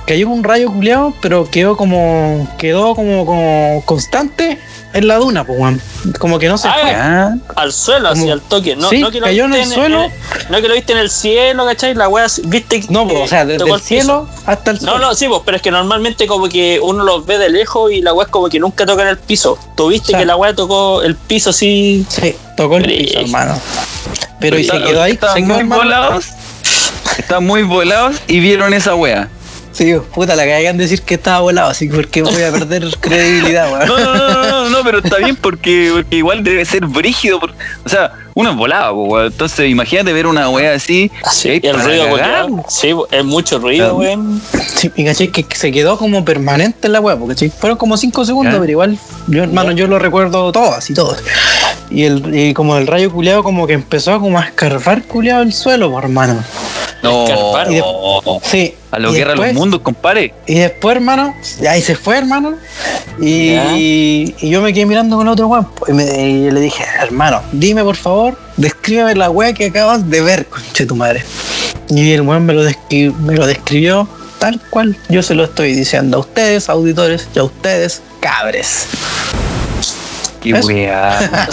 cayó un rayo culeado, pero quedó como constante en la duna, pues, weón. Como que no se fue. Al suelo, así, al toque. No, sí, no que lo cayó en el suelo. No que lo viste en el cielo, ¿cachai? La wea, viste. No, pues, o sea, desde el cielo hasta el suelo. No, sí, pues, pero es que normalmente como que uno los ve de lejos y la wea es como que nunca toca en el piso. Tú viste que la wea tocó el piso así. Sí, tocó el piso, hermano. Pero y se quedó ahí. Estaban muy volados y vieron esa wea. Sí, puta, la cagan decir que estaba volado, así que porque voy a perder credibilidad, weón. No, pero está bien porque igual debe ser brígido. O sea, uno es volado, weón. Entonces, imagínate ver una wea así. Sí, el ruido, weón. Sí, es mucho ruido, weón. Sí, y caché que se quedó como permanente en la wea, porque fueron como 5 segundos, pero igual, yo, hermano, yo lo recuerdo todo, así todo. Y como el rayo culeado como que empezó a como a escarbar culeado el suelo, por hermano. No, sí. A lo guerra de los mundos, compadre. Y después, hermano, ahí se fue, hermano. Y yo me quedé mirando con otro weón. Y le dije, hermano, dime por favor, descríbeme la weá que acabas de ver, conche tu madre. Y el weón me lo describió tal cual yo se lo estoy diciendo a ustedes, auditores, y a ustedes, cabres. Qué weá.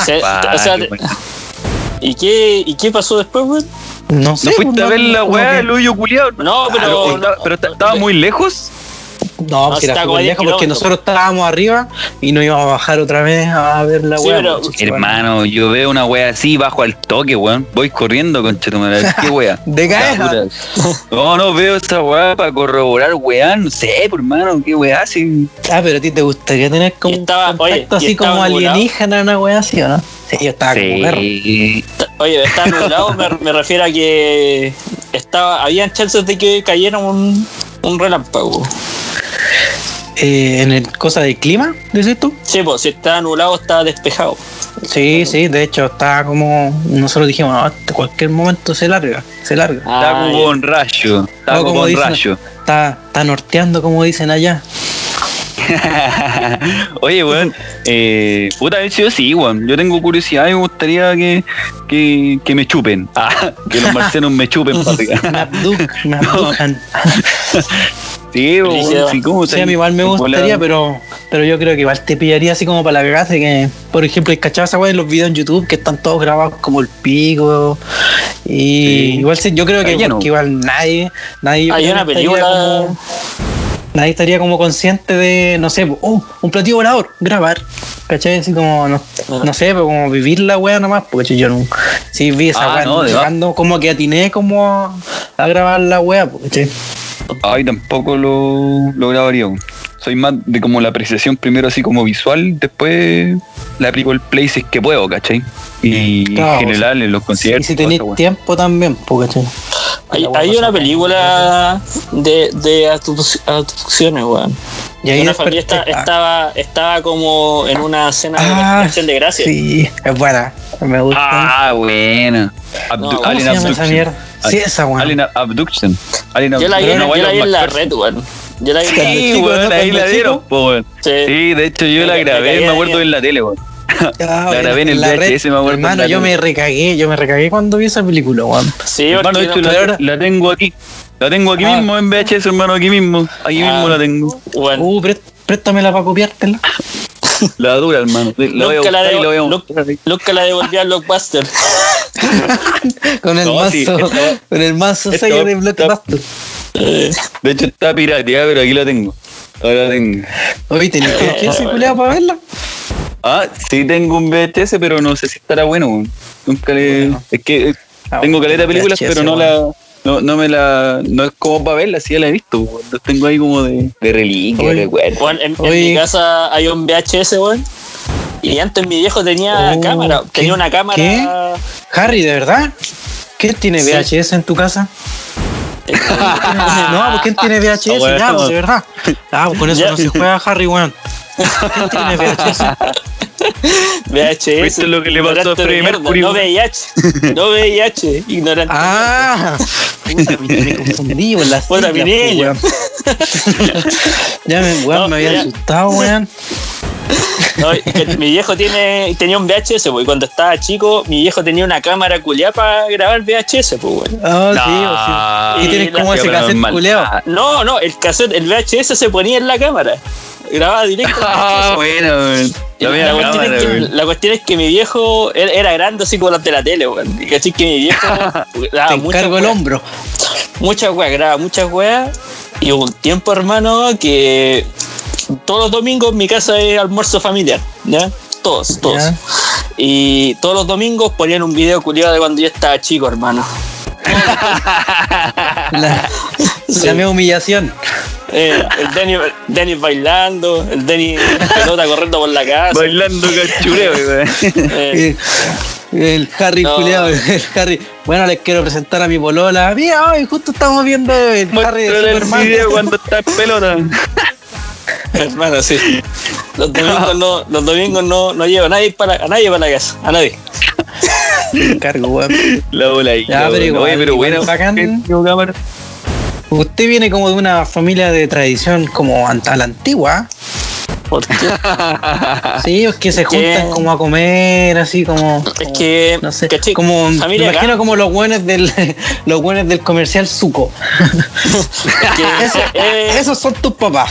¿Y qué pasó después, weón? No sé. ¿No fuiste a ver la weá del hoyo culiado? No, pero estaba muy lejos. No, si era muy lejos porque nosotros estábamos arriba y nos íbamos a bajar otra vez a ver la weá. Hermano, yo veo una weá así, bajo al toque, weón. Voy corriendo, conchetumare. ¿Qué weá? ¿De caer? No, veo esta weá para corroborar weá. No sé, por hermano, qué weá así. Pero a ti te gustaría tener como un contacto así como alienígena, una weá así, ¿o no? Sí, yo estaba como perro. Oye, estar nublado me refiero a que habían chances de que cayera un relámpago. ¿En el cosa del clima, decís tú? Sí, pues si estaba nublado estaba despejado. Sí, de hecho estaba como, nosotros dijimos, no, hasta cualquier momento se larga. Está como un rayo. Está norteando, como dicen allá. Oye, weón, puta, de hecho sí, weón. Yo tengo curiosidad y me gustaría que me chupen. Que los marcianos me chupen para arriba. Me abdujan. Sí, weón, sí, ¿cómo sí, a mí igual me gustaría, pero yo creo que igual te pillaría así como para la cagada, que, por ejemplo, ¿cachai esa weá en los videos en YouTube que están todos grabados como el pico? Y igual yo creo que igual nadie hay una película. Nadie estaría como consciente de, no sé, un platillo volador, grabar, ¿cachai? Así como, no sé, pero como vivir la wea nomás, porque yo no, sí vi esa wea, llegando como que atiné como a grabar la wea, ¿cachai? Ay, tampoco lo grabaría. Soy más de como la apreciación primero así como visual, después le aplico el play si es que puedo, ¿cachai? Y claro, en general en los conciertos. Y si tenéis tiempo también, ¿cachai? Hay una película de abducciones, weón. Y ahí una familia estaba como en una cena de acción de gracias. Sí, es buena, me gusta. Buena. ¿Cómo se llama esa mierda? Sí, esa weón. Alien Abduction. Yo la vi en la red, weón. Sí, weón, ahí la dieron, weón. Sí, de hecho yo la grabé, me acuerdo en la tele, weón. La grabé en el VHS, me acuerdo. Hermano, yo me recagué cuando vi esa película, weón. Sí, hermano, de hecho la tengo aquí. La tengo aquí mismo en VHS, hermano, aquí mismo la tengo. Bueno. Préstamela para copiártela. La dura, hermano. Nunca la devolví a Blockbuster. Con el mazo 6 de Blockbuster. De hecho está pirateada, pero aquí la tengo. Ahora la tengo. Oye, ¿tenés VHS culeado para verla? Sí tengo un VHS, pero no sé si estará bueno. Nunca le... Bueno. Es que tengo caleta de películas, VHS, pero no es como para verla, si ya la he visto. Los tengo ahí como de reliquia, recuerdo. Bueno, en mi casa hay un VHS, weón. Y antes mi viejo tenía cámara. Tenía una cámara. ¿Qué? Harry, ¿de verdad? ¿Quién tiene VHS en tu casa? No, pues ¿quién tiene VHS? Ya, pues de verdad. Pues con eso no se juega Harry, weón. ¿Quién tiene VHS? VHS. Esto es lo que le pasó a Freddie Mercury. No VIH, ignorante. Puta, me confundí con las siglas, mi niño. Ya me había asustado, weón. No, mi viejo tenía un VHS, pues, y cuando estaba chico, mi viejo tenía una cámara culiada para grabar VHS, pues, bueno. Y tienes como ese cassette culiado. No, el VHS se ponía en la cámara. Grababa directo. Bueno, la cuestión es que mi viejo era grande, así como los de la tele, weón. Y así que mi viejo graba muchas el hombro. Muchas weas, graba muchas weas. Y hubo un tiempo, hermano, que todos los domingos en mi casa es almuerzo familiar, ¿ya? Todos. ¿Ya? Y todos los domingos ponían un video culiado de cuando yo estaba chico, hermano. La mea humillación. El Denny bailando, el Denny pelota corriendo por la casa. Bailando cachureo, el Harry culiado, el Harry. Bueno, les quiero presentar a mi polola. Mira, hoy justo estamos viendo el Harry de Superman. El video cuando está en pelota. Hermano, sí. Los domingos no llevo a nadie para la casa, a nadie. Cargo, weón. La bola ahí. Ya, pero igual, pero bueno, bacán. Usted viene como de una familia de tradición como a la antigua. ¿Por qué? Sí, es que se juntan como a comer, así como. Es que. No sé, como. Me imagino como los buenos del comercial Zuko. Esos son tus papás.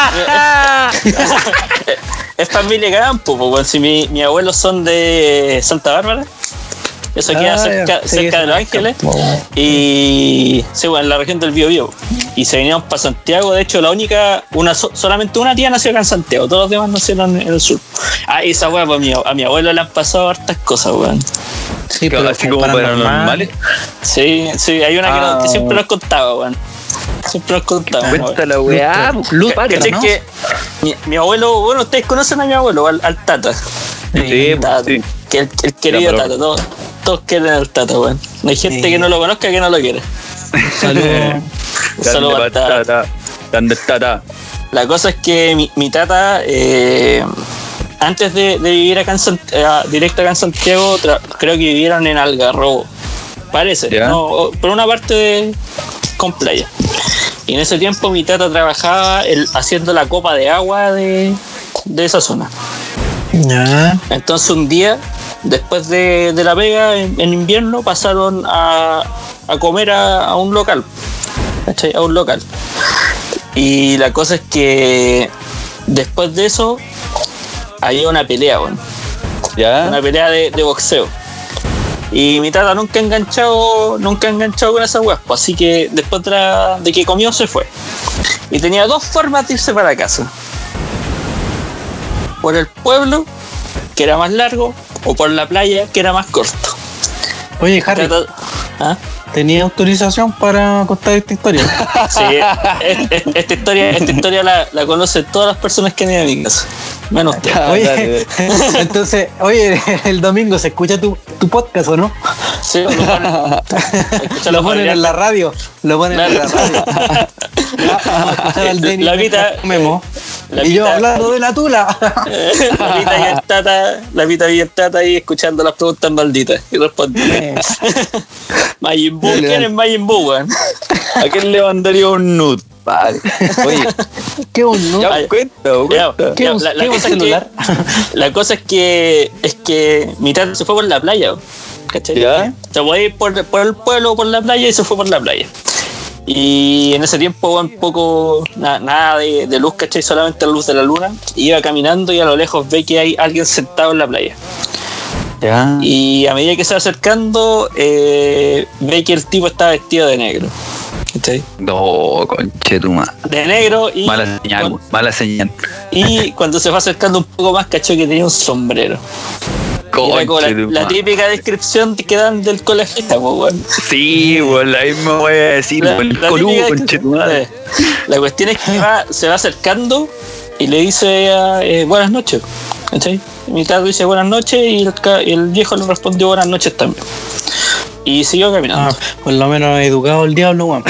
Es familia campo, porque si mi abuelos son de Santa Bárbara. Eso queda cerca de Los Ángeles. Y sí, bueno, en la región del Biobío. Y se vinieron para Santiago. De hecho, solamente una tía nació acá en Santiago. Todos los demás nacieron en el sur. Y esa weá, pues a mi abuelo le han pasado hartas cosas, weón. Sí, pero así como paranormales. Sí, hay una que siempre nos contaba, weón. Siempre nos contaba. Cuenta la weá. ¿Cachai? Que mi abuelo, bueno, ustedes conocen a mi abuelo, al Tata. Sí, Tata, sí. Que el querido Tata, todos quieren al Tata, weón. No hay gente que no lo conozca que no lo quiere. Saludos al Tata. ¿Dónde está Tata? La cosa es que mi Tata, antes de vivir acá directo acá en Santiago, creo que vivieron en Algarrobo. Parece, no, por una parte con playa. Y en ese tiempo mi Tata trabajaba haciendo la copa de agua de esa zona. Entonces un día, después de la pega en invierno, pasaron a comer a un local, ¿cachai? A un local. Y la cosa es que después de eso había una pelea, bueno. Una pelea de boxeo. Y mi Tata nunca ha enganchado con esas weas, pues, así que después de que comió se fue. Y tenía dos formas de irse para casa: por el pueblo, que era más largo, o por la playa, que era más corto. Oye, Harry, ¿tenía autorización para contar esta historia? Sí, esta historia la conocen todas las personas que han ido a mi casa, menos usted. Oye, entonces, el domingo se escucha tu podcast, ¿o no? Sí, lo ponen en la radio. Vamos a escuchar al Denny, Memo. Y yo hablando de la tula. La Pita y el Tata ahí escuchando las preguntas malditas y respondiendo. Majin Buu, ¿quién es Majin Buu, weón? ¿A quién le mandaría un nude? Vale. Oye, ¿qué un nude? Ya, cuenta. ¿Qué un celular? La cosa es que mi Tata se fue por la playa, ¿cachai? Se puede ir por el pueblo o por la playa, y se fue por la playa. Y en ese tiempo, un poco nada de luz, ¿cachai? Solamente la luz de la luna. Iba caminando y a lo lejos ve que hay alguien sentado en la playa. Y a medida que se va acercando, ve que el tipo está vestido de negro. ¿Cachai? No, conchetuma. De negro y... Mala señal. Y cuando se va acercando un poco más, cachó que tenía un sombrero. Era como la típica descripción que dan del colegista, pues, weón. Sí, weón, la misma voy a decir, el coludo, conchetumadre. La cuestión es que se va acercando y le dice buenas noches, ¿cachai? Mi Tata dice buenas noches y el viejo le respondió buenas noches también. Y siguió caminando. Por lo menos educado el diablo, weón.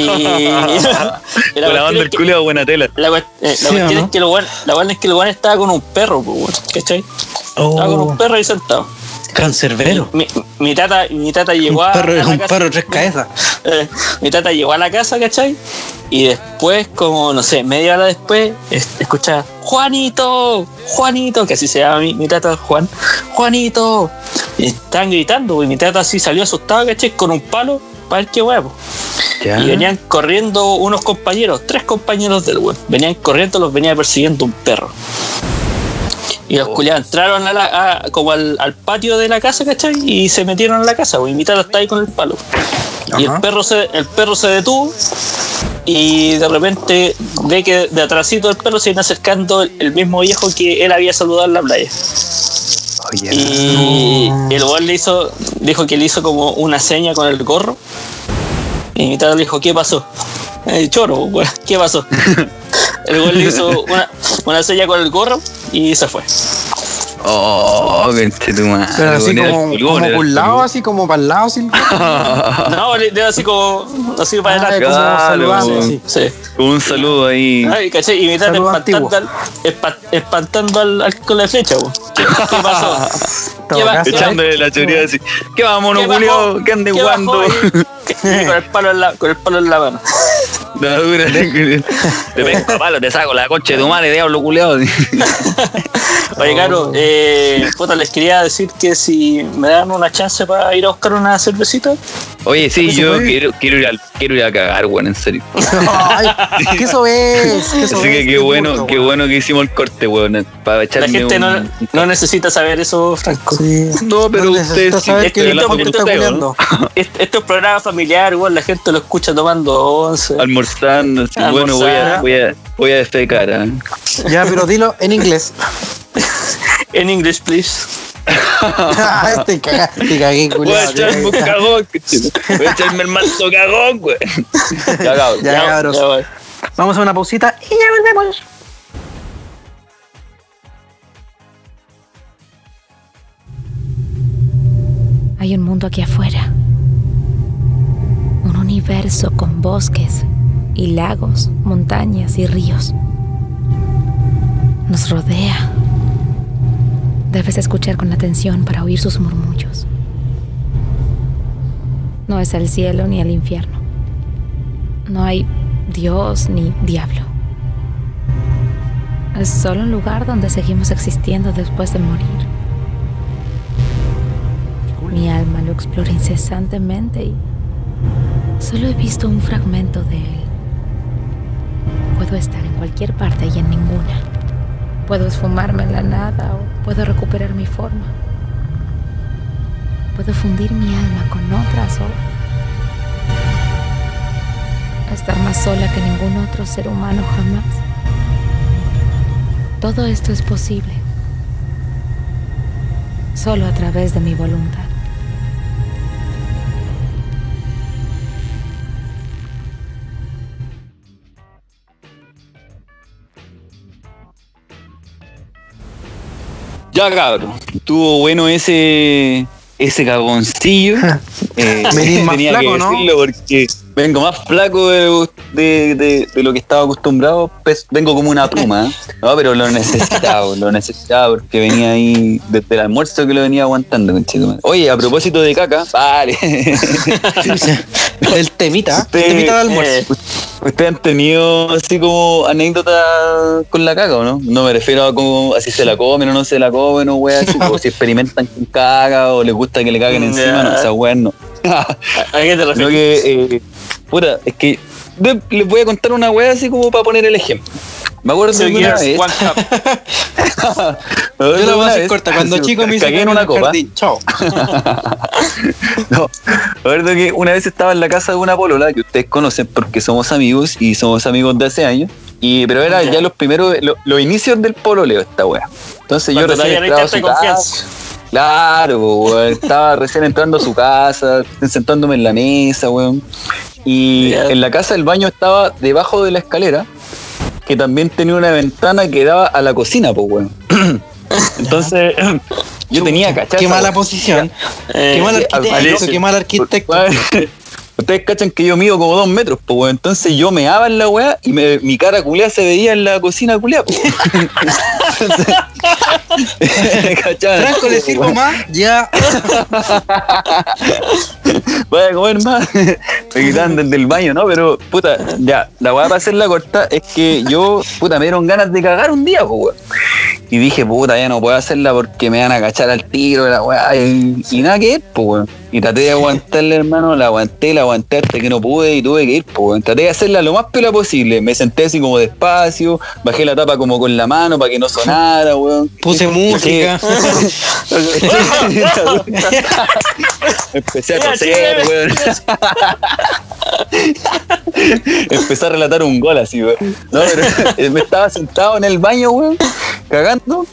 La banda del culo, buena tela. La cuestión es que lo bueno estaba con un perro, pues, weón, ¿cachai? Estaba con un perro ahí sentado. Cancerbero. Mi tata llegó a la casa. Un perro 3 cabezas. Mi Tata llegó a la casa, ¿cachai? Y después, como no sé, media hora después, escucha Juanito, que así se llama mi tata Juan, Juanito. Y estaban gritando, y mi tata así salió asustado, ¿cachai? Con un palo para ver qué huevo. Y venían corriendo unos compañeros, 3 compañeros del weón. Venían corriendo, los venía persiguiendo un perro. Y los culiados entraron como al patio de la casa, ¿cachai? Y se metieron en la casa, weón. Mi tata está ahí con el palo. Y el perro se detuvo. Y de repente ve que de atrásito del perro se viene acercando el mismo viejo que él había saludado en la playa. Y el weón dijo que le hizo como una seña con el gorro. Y mi tata le dijo, ¿qué pasó? Choro, weón, ¿qué pasó? El weón le hizo una seña con el gorro y se fue. Oh, que tu madre. Pero así como por un lado, así como para el lado, así. No, le dio así para adelante. Como saludando, así. Sí. Un saludo ahí. Ay, ¿cachai? Y mi tata espantando al con la flecha, weón. ¿Qué pasó? Echándole la choría así. ¿Qué vamos, no, Julio? ¿Qué ande jugando? Con el palo en la mano. La dura. Te pesco a palo, te saco la concha de tu madre, diablo culiao. Oye, Caro, puta, les quería decir que si me dan una chance para ir a buscar una cervecita. Oye, sí, yo quiero ir a cagar, weón, en serio. Ay, ¿qué eso es? Así que qué bueno que hicimos el corte, weón. Para echarme la gente no necesita saber eso, Franco. Sí. No, pero ustedes sí. Esto es programa familiar, weón, la gente lo escucha tomando once. Almorzando, sí, bueno, voy a defecar. Ya, pero dilo en inglés. En English, please. Te cagué, culiao. Voy a echarme un cagón, voy a echarme el manto cagón, güey. Ya, cabros. Vamos a una pausita y ya volvemos. Hay un mundo aquí afuera. Un universo con bosques y lagos, montañas y ríos. Nos rodea. Debes escuchar con atención para oír sus murmullos. No es el cielo ni el infierno. No hay Dios ni diablo. Es solo un lugar donde seguimos existiendo después de morir. Mi alma lo explora incesantemente y solo he visto un fragmento de él. Puedo estar en cualquier parte y en ninguna. Puedo esfumarme en la nada o puedo recuperar mi forma. Puedo fundir mi alma con otras o estar más sola que ningún otro ser humano jamás. Todo esto es posible solo a través de mi voluntad. Ya, cabrón, estuvo bueno ese cagoncillo. Venís más tenía flaco, que ¿no? decirlo porque vengo más flaco de lo que estaba acostumbrado. Vengo como una pluma, ¿eh? No, pero lo necesitaba porque venía ahí desde el almuerzo que lo venía aguantando. Oye, a propósito de caca, vale. El temita de almuerzo. ¿Ustedes han tenido así como anécdotas con la caca o no? No me refiero a como así se la comen o no se la comen o weas así, o si experimentan con caca o les gusta que le caguen encima, no, esas weas no. ¿A qué te refieres? Creo que, es que les voy a contar una wea así como para poner el ejemplo. Me acuerdo de una vez. Yo la voy a hacer corta. Cuando chico me hice cagué en una copa. Chao. No, me acuerdo que una vez estaba en la casa de una polola que ustedes conocen porque somos amigos y somos amigos de hace años. Pero era ya los primeros, los inicios del pololeo esta wea. Entonces yo recién entraba a su casa. Claro, weón. Estaba recién entrando a su casa, sentándome en la mesa, weón. Y en la casa el baño estaba debajo de la escalera, que también tenía una ventana que daba a la cocina, pues, weón. Entonces, yo tenía, ¿cachai? Qué mala posición. Qué mal arquitecto. Ustedes cachan que yo mido como 2 metros, pues, weón. Entonces yo meaba en la weá y mi cara culiada se veía en la cocina culiada, pues. Franco, ¿le sirvo más? Ya. Voy a comer más. Me quitaban desde el baño, ¿no? Pero, puta, ya, la weá para hacerla corta es que yo, puta, me dieron ganas de cagar un día, pues, weón. Y dije, puta, ya no puedo hacerla porque me van a cachar al tiro de la weá. Y nada que ir, pues, weón. Y traté de aguantarle, hermano, la aguanté hasta que no pude y tuve que ir, pues, weón. Traté de hacerla lo más piola posible. Me senté así como despacio, bajé la tapa como con la mano para que no sonara, weón. Puse música. Empecé a toser, weón. Empecé a relatar un gol así, weón. No, pero me estaba sentado en el baño, weón, cagando.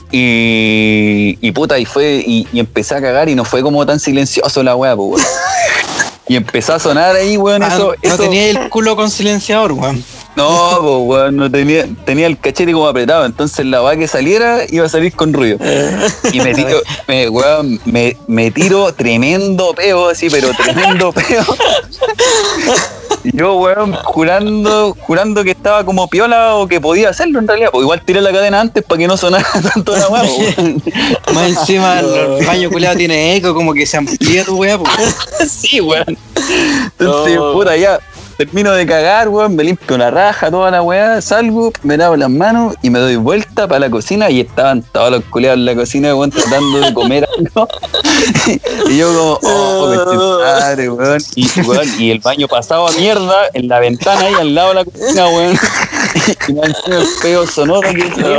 Y puta, y empecé a cagar y no fue como tan silencioso la weá, pues, weón. Y empezó a sonar ahí, weón, eso. No tenía el culo con silenciador, weón. No, pues, weón, no tenía el cachete como apretado, entonces la weá que saliera iba a salir con ruido. Y me tiro tremendo peo, así, pero tremendo peo. Y yo, weón, jurando que estaba como piola o que podía hacerlo en realidad. Pues igual tiré la cadena antes para que no sonara tanto la weá, weón. Más encima el baño culiado tiene eco, como que se amplía tu weá, pues. Sí, weón. Entonces, puta, ya termino de cagar, weón, me limpio la raja, toda la weá, salgo, me lavo las manos y me doy vuelta para la cocina y estaban todos los culiados en la cocina, weón, tratando de comer algo. Y yo como, madre, weón. Y el baño pasado a mierda en la ventana ahí al lado de la cocina, weón. Y me han hecho el peo sonoro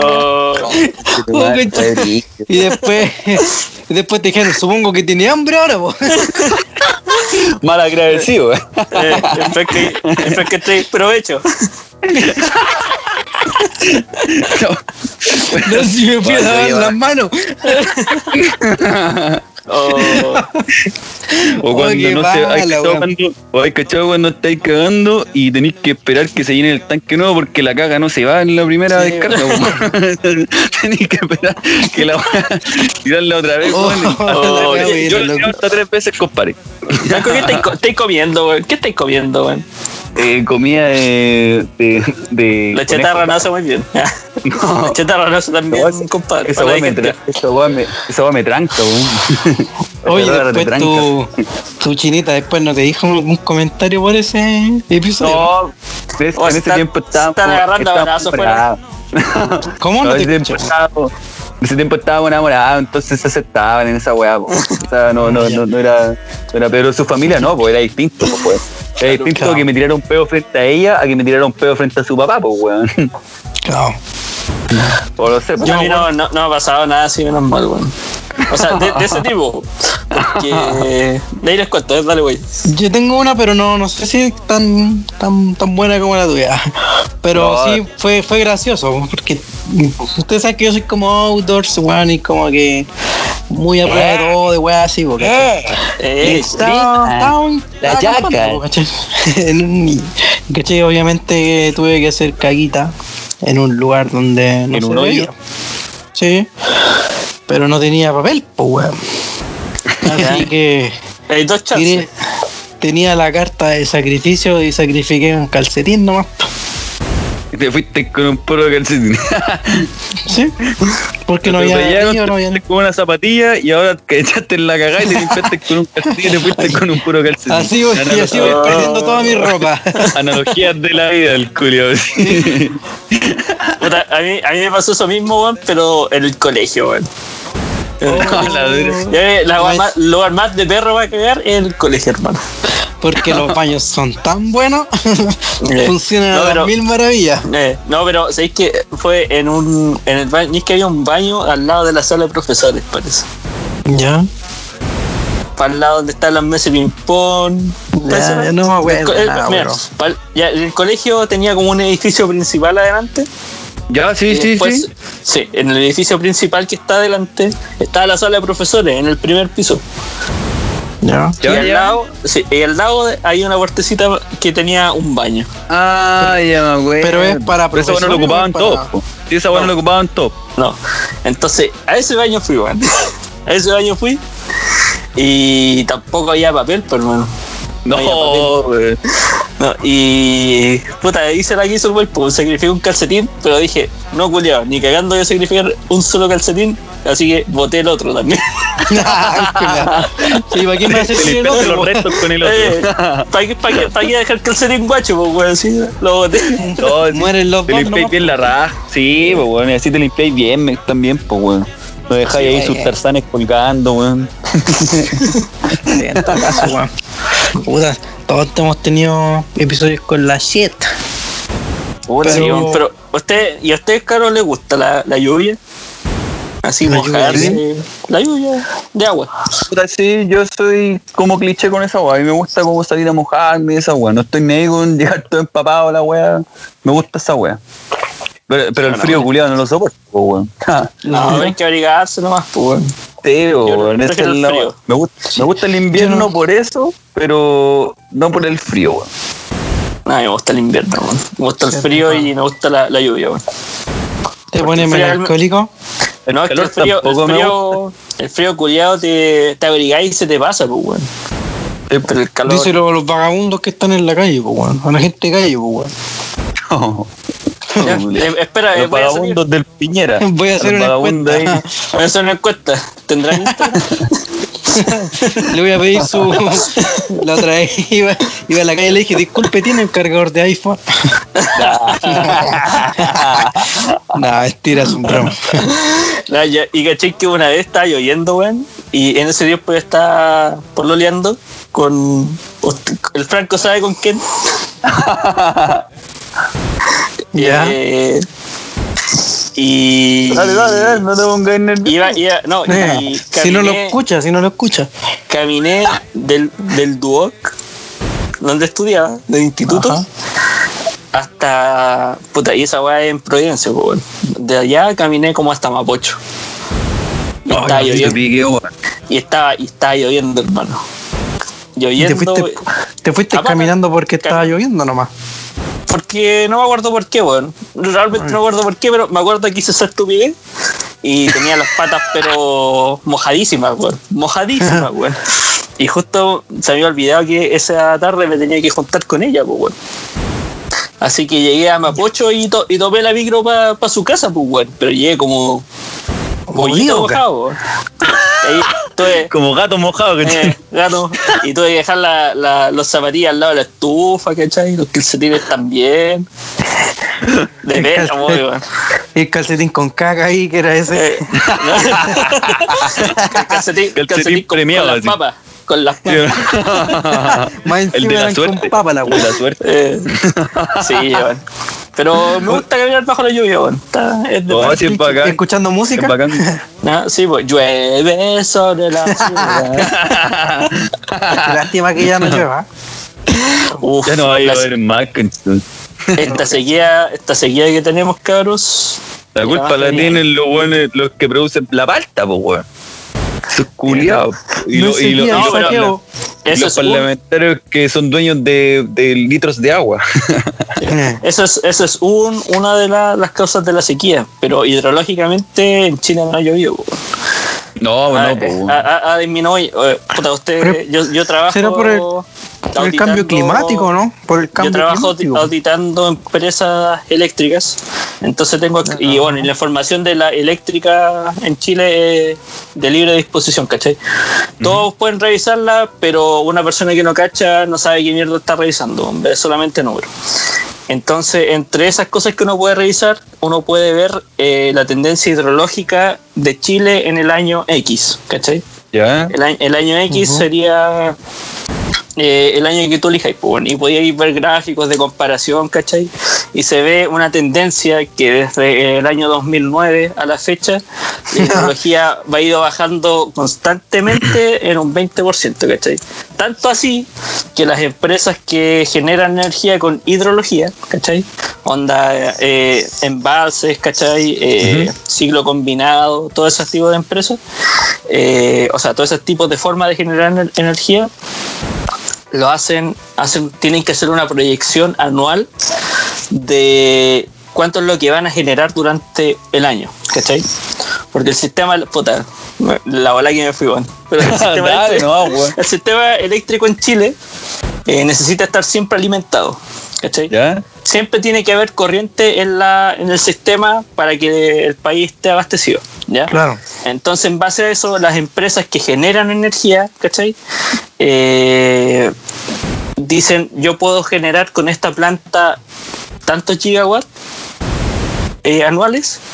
que y después te dijeron, supongo que tiene hambre ahora, po. Mal agradecido, Es que te provecho. No, si me fui a lavar las manos. O cuando no sé, hay cachado cuando estáis cagando y tenéis que esperar que se llene el tanque nuevo porque la caga no se va en la primera descarga. Tenéis que esperar que la tirarla otra vez. Yo lo tiro hasta 3 veces, compadre. ¿Qué estáis comiendo, weón? ¿Qué estáis comiendo, weón? Comida de la chatarra no hace muy bien. No. La chatarra no hace tan bien, compadre. Esa weá me tranca, weón. Oye, después tu chinita después no te dijo un comentario por ese episodio. No, en ese tiempo están agarrando abrazos fuera. ¿Cómo no te escucho? En ese tiempo estábamos enamorados, entonces se aceptaban en esa weá, po. O sea, no era, pero su familia no, pues era distinto, pues. Era distinto que me tirara un pedo frente a ella a que me tirara un pedo frente a su papá, pues, weón. Claro. O lo sé, pues. A mí no me ha pasado nada así, menos mal, weón. O sea, de ese tipo. Porque. De ahí les cuento, dale, güey. Yo tengo una, pero no sé si es tan buena como la tuya. Pero sí fue gracioso, porque ustedes saben que yo soy como outdoors, weón, y como que muy a prueba de todo, de weá así, porque la yaca. ¿Cachai? Obviamente tuve que hacer caguita en un lugar donde no ¿En se un veía. hoyo? Sí, pero no tenía papel, pues, weón. Así que hay 2 chances. Tenía la carta de sacrificio y sacrifiqué un calcetín nomás. Te fuiste con un puro calcetín. Sí, porque no había con una zapatilla y ahora que echaste en la cagada y te limpiaste con un calcetín y te fuiste con un puro calcetín. Así voy perdiendo toda mi ropa. Analogías de la vida, el culio. Sí. A mí me pasó eso mismo, weón, pero en el colegio, weón. Lugar más de perro va a cagar en el colegio, hermano. Porque los baños son tan buenos. Funcionan a las mil maravillas. No, pero sabéis que fue en el baño. Es que había un baño al lado de la sala de profesores, parece. Ya. Para el lado donde están las mesas de ping-pong. Ya no me acuerdo. El colegio tenía como un edificio principal adelante. Ya, sí. Sí, en el edificio principal que está adelante está la sala de profesores, en el primer piso. Ya. Y al lado hay una puertecita que tenía un baño. Ah, ya me acuerdo. Pero es para profesores. Eso no lo ocupaban todos. Sí, esa no lo ocupaban todos. No. Entonces, a ese baño fui, weón. A ese baño fui. Y tampoco había papel, pero hermano. No, güey. No, y puta, hice la que hizo el güey, pues sacrifiqué un calcetín, pero dije, no culiao, ni cagando voy a sacrificar un solo calcetín, así que boté el otro también. Sí, ¿para qué me hace el otro? Los restos con el otro. ¿Para qué dejar el calcetín guacho, pues güey? Así lo boté. No, mueren los te dos. limpiáis bien la raja. Sí, pues güey, así te limpiáis bien también, pues güey. No dejáis ahí sus tarzanes colgando, weón. Puta, todos hemos tenido episodios con la shit. Pero ¿y a ustedes, Caro, les gusta la lluvia? Así mojarse. La lluvia de agua. Puta, sí, yo soy como cliché con esa weá. A mí me gusta como salir a mojarme y esa weá. No estoy medio con llegar todo empapado a la weá. Me gusta esa weá. Pero el frío culiado no lo soporto, weón. No, hay que abrigarse nomás, pues, weón. Sí, weón. Me gusta el invierno por eso, pero no por el frío, weón. No, me gusta el invierno, weón. Me gusta el frío y me gusta la lluvia, weón. ¿Te pones melancólico? No, es que el frío culiado te abrigáis y se te pasa, pues, weón. Pero el calor. Díselo a los vagabundos que están en la calle, pues, weón. A la gente de calle, pues, weón. Espera, los vagabundos del Piñera. Voy a hacer una encuesta. Voy a hacer una encuesta. ¿Tendrán Instagram? Le voy a pedir su. La otra vez iba a la calle y le dije, disculpe, ¿tiene un cargador de iPhone? No, es un broma. Y caché que una vez estaba lloviendo, weón. Y en ese día pues estaba pololeando con. El Franco sabe con quién. Ya. Y dale, no te pongas nervioso. Si no lo escucha. Caminé del Duoc, donde estudiaba, del instituto. Ajá. Hasta. Puta, y esa weá en Providencia, weón. De allá caminé como hasta Mapocho. Y estaba lloviendo. Y estaba lloviendo, hermano. Lloviendo. ¿Te fuiste caminando porque estaba lloviendo nomás? Porque no me acuerdo por qué, weón. Realmente no me acuerdo por qué, pero me acuerdo que hice esa estupidez y tenía las patas pero mojadísimas, weón. Weón. Y justo se me había olvidado que esa tarde me tenía que juntar con ella, pues, weón. Así que llegué a Mapocho y tomé la micro para su casa, pues, weón. Pero llegué como pollito mojado, weón. Como gato mojado, ¿cachai? Gato. Y tuve que dejar los zapatillas al lado de la estufa, ¿cachai? Los calcetines también. De pena, weón. El calcetín con caca ahí, que era ese. El calcetín premiado, con las papas. El de la suerte. Con papa, la suerte. Sí, weón. Pero me gusta caminar bajo la lluvia, weón. ¿Escuchando música? Sí, pues llueve sobre la ciudad. Lástima que ya no llueva. Ya no va a llover más. Esta sequía que tenemos, cabros. La culpa la tienen los que producen la palta, pues, weón. Esos culiados. Y los parlamentarios que son dueños de litros de agua. Eso es una de las causas de la sequía. Pero hidrológicamente en Chile no ha llovido. Ha disminuido. Yo trabajo. ¿Será por el cambio climático, no? Yo trabajo auditando empresas eléctricas. Entonces tengo. Y bueno, y la información de la eléctrica en Chile es de libre disposición, ¿cachai? Todos pueden revisarla, pero una persona que no cacha no sabe qué mierda está revisando. Es solamente número. Entonces, entre esas cosas que uno puede revisar, uno puede ver la tendencia hidrológica de Chile en el año X, ¿cachai? Yeah. El año X sería el año que tú elijas, y podíais ver gráficos de comparación, ¿cachai? Y se ve una tendencia que desde el año 2009 a la fecha la hidrología va ido bajando constantemente en un 20%, ¿cachai? Tanto así que las empresas que generan energía con hidrología, ¿cachai? Onda embalses, ¿cachai? Ciclo combinado, todo ese tipo de empresas, todo ese tipo de forma de generar energía, lo tienen que hacer una proyección anual de cuánto es lo que van a generar durante el año, ¿cachai? Porque el sistema, la bola que me fui, bueno, pero el sistema, el sistema eléctrico en Chile necesita estar siempre alimentado, ¿cachai? ¿Ya? Siempre tiene que haber corriente en el sistema para que el país esté abastecido, ¿ya? Claro. Entonces, en base a eso, las empresas que generan energía, ¿cachai? Dicen, yo puedo generar con esta planta tantos gigawatts anuales,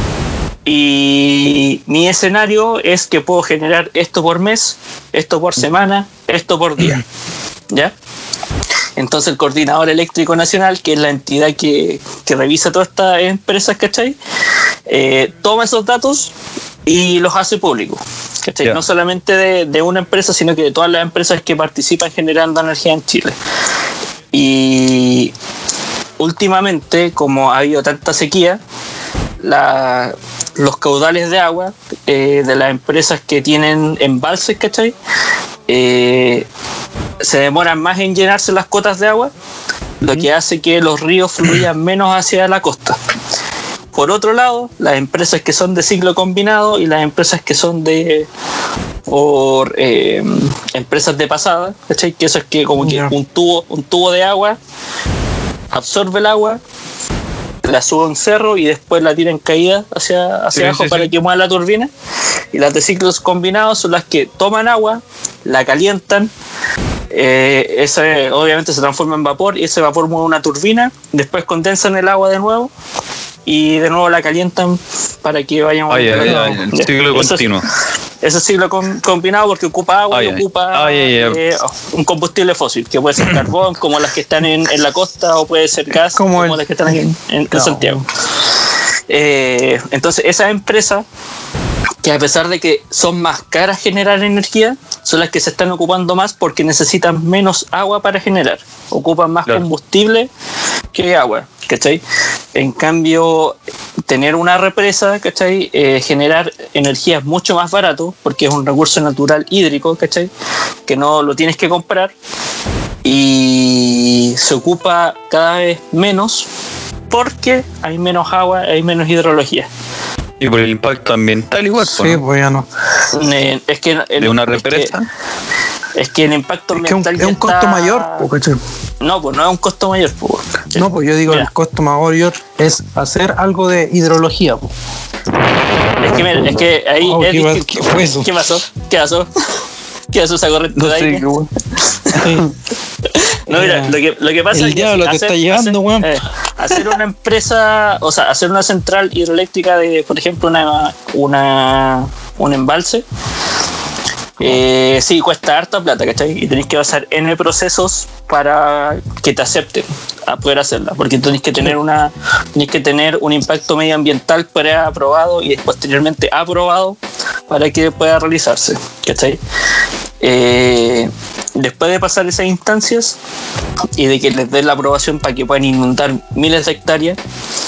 y mi escenario es que puedo generar esto por mes, esto por semana, esto por día, ¿ya? Entonces el Coordinador Eléctrico Nacional, que es la entidad que revisa todas estas empresas, ¿cachai? Toma esos datos y los hace públicos, ¿cachai? Yeah. No solamente de una empresa, sino que de todas las empresas que participan generando energía en Chile. Y últimamente, como ha habido tanta sequía, los caudales de agua de las empresas que tienen embalses, ¿cachai? Se demoran más en llenarse las cotas de agua, lo que hace que los ríos fluyan menos hacia la costa. Por otro lado, las empresas que son de ciclo combinado y las empresas que son empresas de pasada, ¿cachai? Que eso es que como que un tubo de agua absorbe el agua, la sube a un cerro y después la tira en caída hacia abajo para que mueva la turbina. Y las de ciclos combinados son las que toman agua, la calientan, esa obviamente se transforma en vapor y ese vapor mueve una turbina, después condensan el agua de nuevo y de nuevo la calientan para que vayan el ciclo continuo. Ese ciclo combinado porque ocupa agua y ocupa un combustible fósil, que puede ser carbón, como las que están en la costa, o puede ser gas, como las que están aquí en Santiago. Entonces, esas empresas, que a pesar de que son más caras generar energía, son las que se están ocupando más porque necesitan menos agua para generar. Ocupan más combustible que agua, ¿cachai? En cambio, tener una represa, ¿cachai? Generar energía es mucho más barato porque es un recurso natural hídrico, ¿cachai? Que no lo tienes que comprar y se ocupa cada vez menos porque hay menos agua, hay menos hidrología. Y por el impacto ambiental igual. Sí, pues ya no. Es que de una represa. Es que el impacto ambiental es un costo mayor, ¿cachai? No, pues no es un costo mayor, ¿cachai? No, pues yo digo, el costo mayor es hacer algo de hidrología, pues. Es que ahí ¿qué fue eso? ¿Qué pasó? ¿Qué pasó esa corriente de aire? No, mira, lo que pasa es que lo que está llegando, weón. Hacer una empresa, o sea, hacer una central hidroeléctrica de, por ejemplo, un embalse, sí, cuesta harta plata, ¿cachai? Y tenés que pasar N procesos para que te acepten a poder hacerla, porque tenés que tener un impacto medioambiental preaprobado y posteriormente aprobado para que pueda realizarse, ¿cachai? Después de pasar esas instancias y de que les den la aprobación para que puedan inundar miles de hectáreas,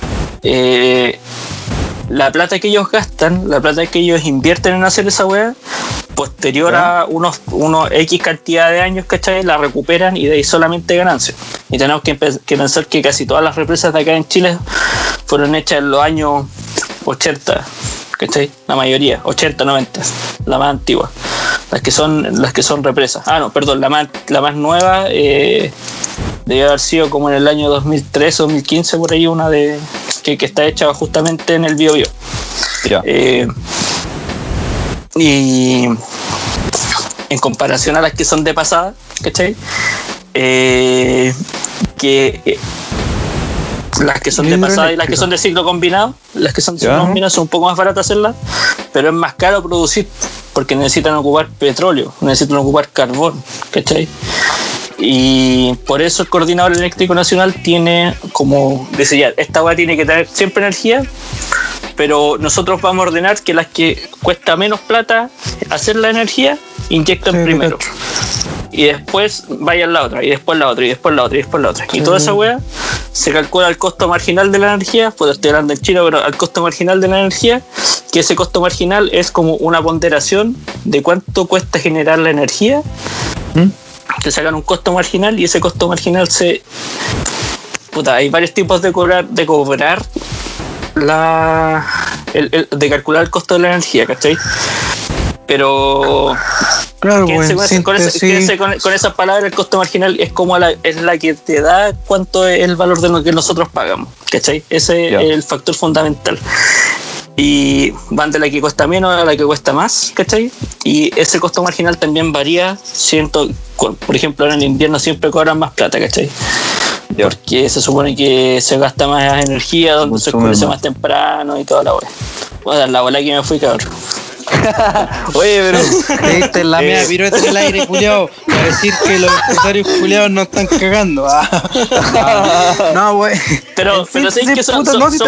la plata que ellos gastan, la plata que ellos invierten en hacer esa weá, posterior a unos X cantidad de años, ¿cachai? La recuperan y de ahí solamente ganancias. Y tenemos que pensar que casi todas las represas de acá en Chile fueron hechas en los años 80, ¿cachai? La mayoría, 80, 90, la más antigua. Las que son represas. No, perdón, la más nueva debe haber sido como en el año 2013 o 2015, por ahí, una que está hecha justamente en el Biobío. Yeah. Y en comparación a las que son de pasada, ¿cachai? Las que son de pasada y las que son de ciclo combinado, las que son de ciclo combinado son un poco más baratas hacerlas, pero es más caro producir porque necesitan ocupar petróleo, necesitan ocupar carbón, ¿cachai? Y por eso el Coordinador Eléctrico Nacional tiene, como decía, esta hueá tiene que tener siempre energía, pero nosotros vamos a ordenar que las que cuesta menos plata hacer la energía, inyectan primero. Y después vayan la otra, y después la otra, y después la otra, y después la otra. Y toda esa hueá se calcula el costo marginal de la energía, pues estoy hablando en Chile, pero al costo marginal de la energía, que ese costo marginal es como una ponderación de cuánto cuesta generar la energía. Te sacan un costo marginal y ese costo marginal hay varios tipos de cobrar de calcular el costo de la energía, ¿cachai? Pero Claro, quédense con esas palabras. El costo marginal es como es la que te da cuánto es el valor de lo que nosotros pagamos, ¿cachai? Ese es el factor fundamental. Y van de la que cuesta menos a la que cuesta más, ¿cachai? Y ese costo marginal también varía. Por ejemplo, ahora en invierno siempre cobran más plata, ¿cachai? Porque se supone que se gasta más energía, donde se oscurece más temprano y toda la hora. Voy a dar la bola que me fui, cabrón. Oye, pero te diste la media pirueta en el aire, culiao, para decir que los empresarios culiados no están cagando. No, güey. Pero sí que son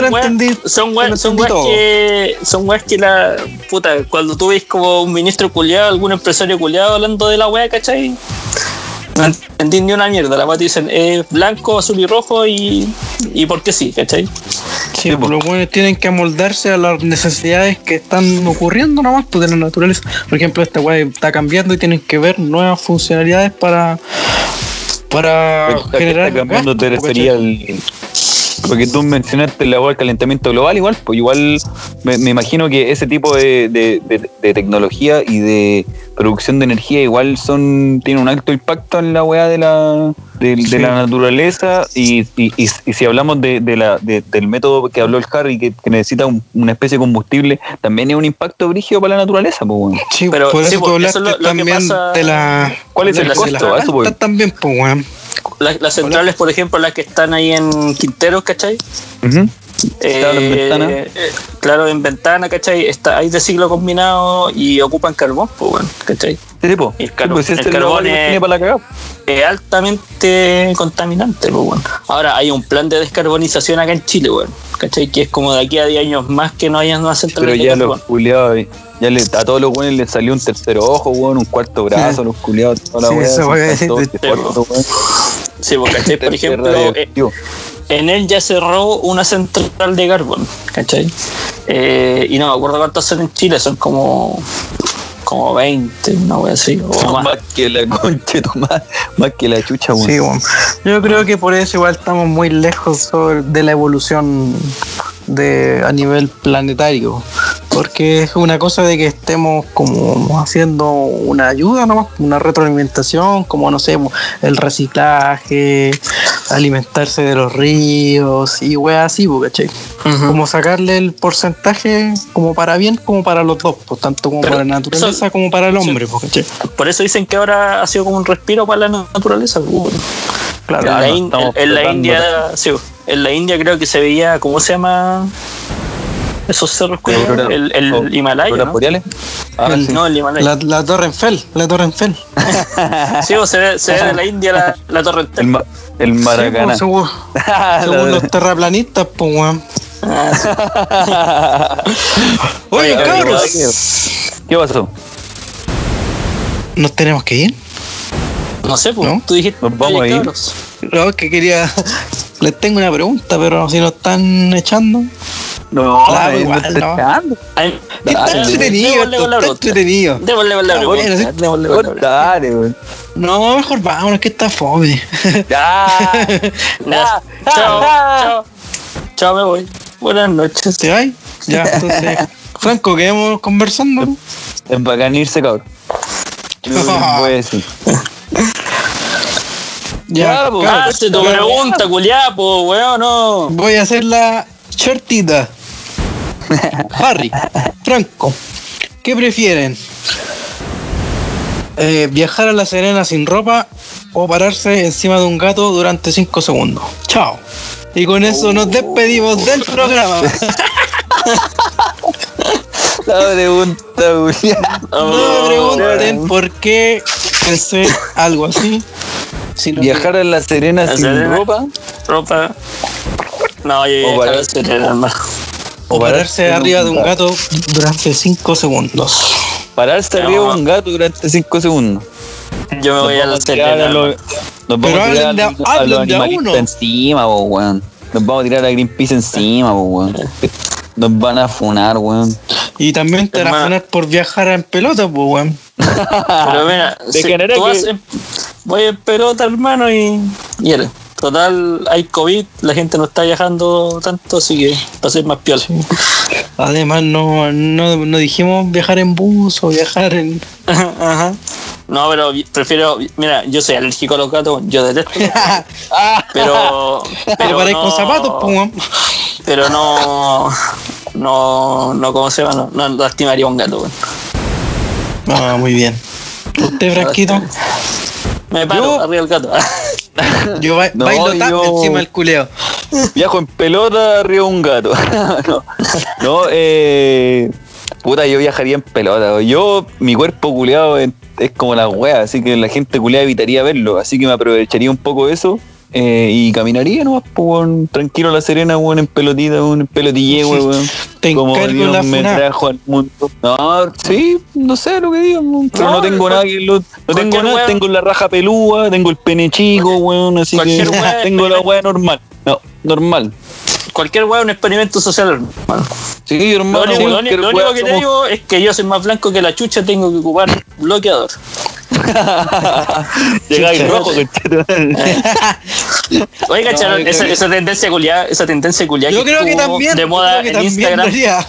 weas que la puta, cuando tú ves como un ministro culiado, algún empresario culiado hablando de la wea, ¿cachai? No entendí ni una mierda. La wea te dicen blanco, azul y rojo y porque sí, ¿cachai? Sí, pues los buenos tienen que amoldarse a las necesidades que están ocurriendo nomás, pues, de la naturaleza. Por ejemplo, esta weá está cambiando y tienen que ver nuevas funcionalidades para generar. Está cambiando, te refería al. Porque tú mencionaste la del calentamiento global, igual me imagino que ese tipo de tecnología y de producción de energía igual tienen un alto impacto en la weá de la naturaleza y si hablamos del método que habló el Harry que necesita una especie de combustible, también es un impacto brígido para la naturaleza, pues bueno. Sí, pero por eso tú hablaste también que pasa, de la. ¿Cuál es el costo? También, pues bueno. Las centrales, por ejemplo, las que están ahí en Quinteros, ¿cachai? Uh-huh. En Ventana. Claro, en Ventana, ¿cachai? Hay de ciclo combinado y ocupan carbón, pues bueno, ¿cachai? Sí, pues. El carbón es altamente contaminante, pues bueno. Ahora hay un plan de descarbonización acá en Chile, bueno, ¿cachai? Que es como de aquí a 10 años más que no hayan más centrales. Pero ya los culiados, a todos los buenos les salió un tercer ojo, bueno, un cuarto brazo, los culiados, toda la Sí, porque, ¿cachai? Por ejemplo, en él ya cerró una central de carbón, ¿cachai? Y no me acuerdo cuántos son en Chile, son como 20, una wea así. Más que la concha, más que la chucha, bueno. Sí, bueno. Yo creo que por eso igual estamos muy lejos de la evolución a nivel planetario. Porque es una cosa de que estemos como haciendo una ayuda, ¿no? Una retroalimentación, como no sé, el reciclaje, alimentarse de los ríos y weas así, ¿cachai? Uh-huh. Como sacarle el porcentaje como para bien, como para los dos, pues, tanto como para la naturaleza como para el hombre, sí. ¿Cachai? Por eso dicen que ahora ha sido como un respiro para la naturaleza, pues. Claro, en la India creo que se veía, ¿cómo se llama? Esos cerros, el Himalaya, ¿no? ¿Boreales? No, el Himalaya. La Torre Eiffel. Sí, se ve de la India la Torre Eiffel. El Maracaná. Sí, según los terraplanistas, pues, weón. Oye, cabros. ¿Qué pasó? ¿Nos tenemos que ir? No sé, pues, ¿no? Tú dijiste. Nos vamos a ir. No, es que quería. Les tengo una pregunta, pero si nos están echando. No, claro, igual no. Está entretenido. Démosle la pregunta. Dale, güey. No, mejor vámonos, que está fome. Chao, me voy. Buenas noches. ¿Te vas? Ya, entonces. Franco, quedamos conversando. Es bacán irse, cabrón. Voy a decir. Ya, hazte tu pregunta, culiapo, weón, no. Voy a hacer la shortita. Harry, Franco, ¿qué prefieren? ¿Viajar a La Serena sin ropa o pararse encima de un gato durante 5 segundos? Chao. Y con eso nos despedimos del programa. La pregunta, Julián. No me pregunten por qué pensé algo así. ¿Viajar a La Serena sin ropa? No, yo viajar a La Serena, hermano. O pararse arriba de un gato durante 5 segundos. Pararse arriba de un gato durante 5 segundos. Yo me voy a La Serena. Nos vamos a tirar a los animalistas encima, weón. Nos vamos a tirar a Greenpeace encima, weón. Nos van a funar, weón. Y también te van a funar por viajar en pelota, weón. Pero mira, voy en pelota, hermano, y era. Total, hay COVID, la gente no está viajando tanto, así que va a ser más piola. Sí. Además, no dijimos viajar en bus o viajar en... Ajá. No, pero prefiero. Mira, yo soy alérgico a los gatos, yo detesto. pero con zapatos, pum. Pero no, ¿cómo se llama? No lastimaría a un gato, weón. Ah, muy bien. ¿Usted, Franquito? Me paro arriba del gato. Yo bailo tap encima del culeo. Viajo en pelota arriba de un gato. Puta, yo viajaría en pelota. Mi cuerpo culeado es como la wea, así que la gente culeada evitaría verlo. Así que me aprovecharía un poco de eso y caminaría nomás, tranquilo a La Serena, weón, en pelotita, en pelotille, weón. Como Dios me trajo al mundo. No, sí, no sé lo que digo, pero no tengo nada que no tengo nada, tengo la raja pelúa, tengo el pene chico, weón, así que tengo la wea normal. No, normal. Cualquier weá es un experimento social, hermano. Sí, hermano. Lo único que te digo es que yo soy más blanco que la chucha, tengo que ocupar bloqueador. Llegáis rojo, Oye, cacharon, esa tendencia culiada yo creo que también de moda en Instagram.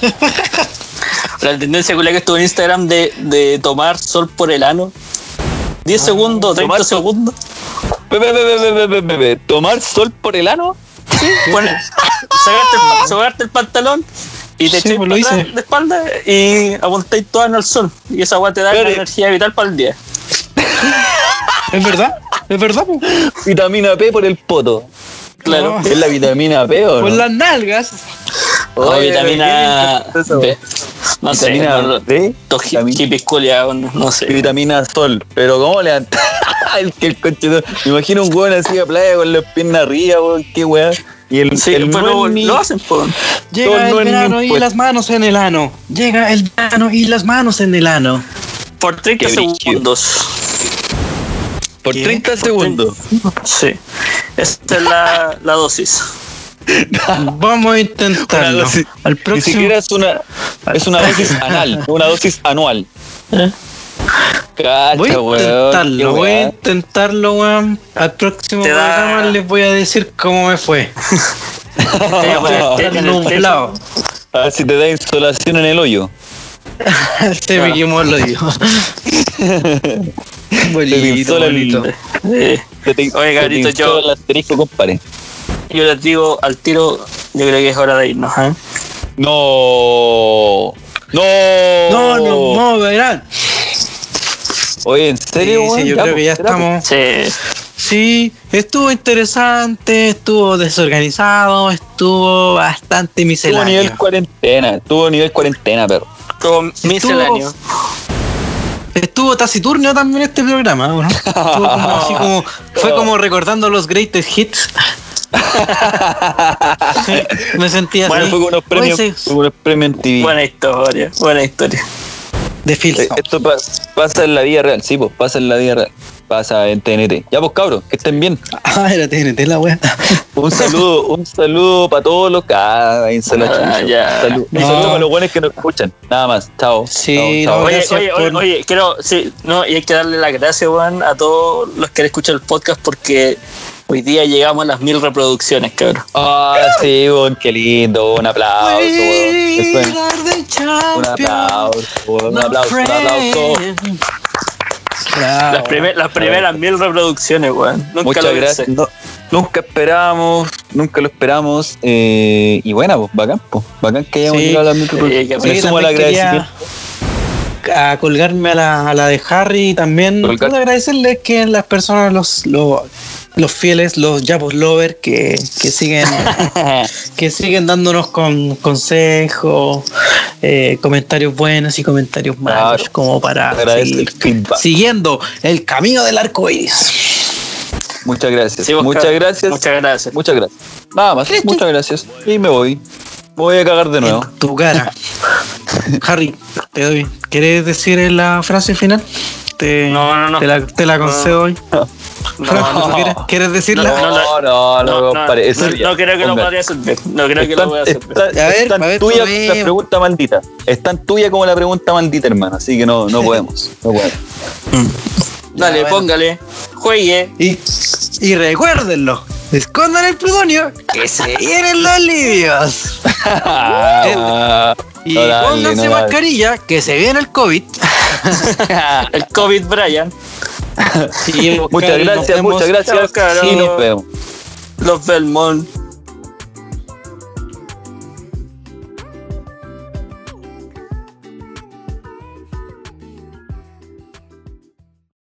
La tendencia culiada que estuvo en Instagram de tomar sol por el ano. 10 segundos, 30 segundos. ¿Tomar sol por el ano? Sí, bueno, sacarte el pantalón y te echáis de espalda y apuntáis todo al sol. Y esa agua te da la energía vital para el día. ¿Es verdad? Po. Vitamina P por el poto. Claro. ¿Es la vitamina P o no? Por las nalgas. Vitamina B. No sé. ¿Vitamina B? No sé. Vitamina sol. Pero ¿cómo le han... el conchito? Me imagino un weón así a playa con las piernas arriba, weón. Qué weón. Y lo hacen, po. Llega el verano y las manos en el ano. Llega el verano y las manos en el ano. Por 30 segundos. Por 30 segundos. Sí. Esta es la dosis. Vamos a intentarlo. Al próximo... Ni siquiera es una dosis anal, una dosis anual. Cacha, voy a intentarlo, weón. Al próximo programa les voy a decir cómo me fue. A ver si te da insolación en el hoyo. Se me quemó el hoyo. Bonito. Oye, cabrito, yo les digo al tiro, yo creo que es hora de irnos, ¿eh? No, verán. Oye, ¿en serio? Sí, yo creo que ya estamos. Sí, estuvo interesante, estuvo desorganizado, estuvo bastante misceláneo. Estuvo nivel cuarentena, perro. Estuvo misceláneo. Estuvo taciturno también este programa, ¿no? Fue como recordando los greatest hits. Sí, me sentía así. Fue con unos premios en TV. Buena historia. De Phil. Esto pasa en la vida real, sí, pues pasa en la vida real. Pasa en TNT. Ya, pues cabros, que estén bien. Era TNT la wea. Un saludo para todos los Un saludo para los buenos que nos escuchan. Nada más. Chao. Sí, chao. Oye, quiero, sí, no, y hay que darle las gracias, weón, a todos los que escuchan el podcast porque hoy día llegamos a las 1000 reproducciones, cabrón. Sí, weón, qué lindo. Un aplauso, weón. Un aplauso. Las primeras 1000 reproducciones, weón. Muchas gracias. Nunca lo esperamos. Y bueno, pues bacán que hayamos llegado a las 1000 reproducciones. Me sumo al agradecimiento. A colgarme a la de Harry y también puedo agradecerles que las personas, los fieles, los Japos lovers que siguen dándonos consejos, comentarios buenos y comentarios malos, como para seguir siguiendo el camino del arco iris. Muchas gracias. Sí, muchas gracias. Nada más, muchas gracias. Y me voy a cagar de nuevo. En tu cara. Harry, te doy. ¿Quieres decir la frase final? No. Te la concedo hoy. No. ¿Quieres decirla? No creo que lo podría hacer. No creo que lo voy a hacer. Es tan tuya la pregunta maldita. Es tan tuya como la pregunta maldita, hermano. Así que no podemos. Dale, póngale. Juegue. Y recuérdenlo. Escondan el plutonio, que se vienen los libios. Y pónganse mascarilla, que se viene el COVID. El COVID Brian. Sí, muchas gracias. Sí, nos vemos. Los Belmont.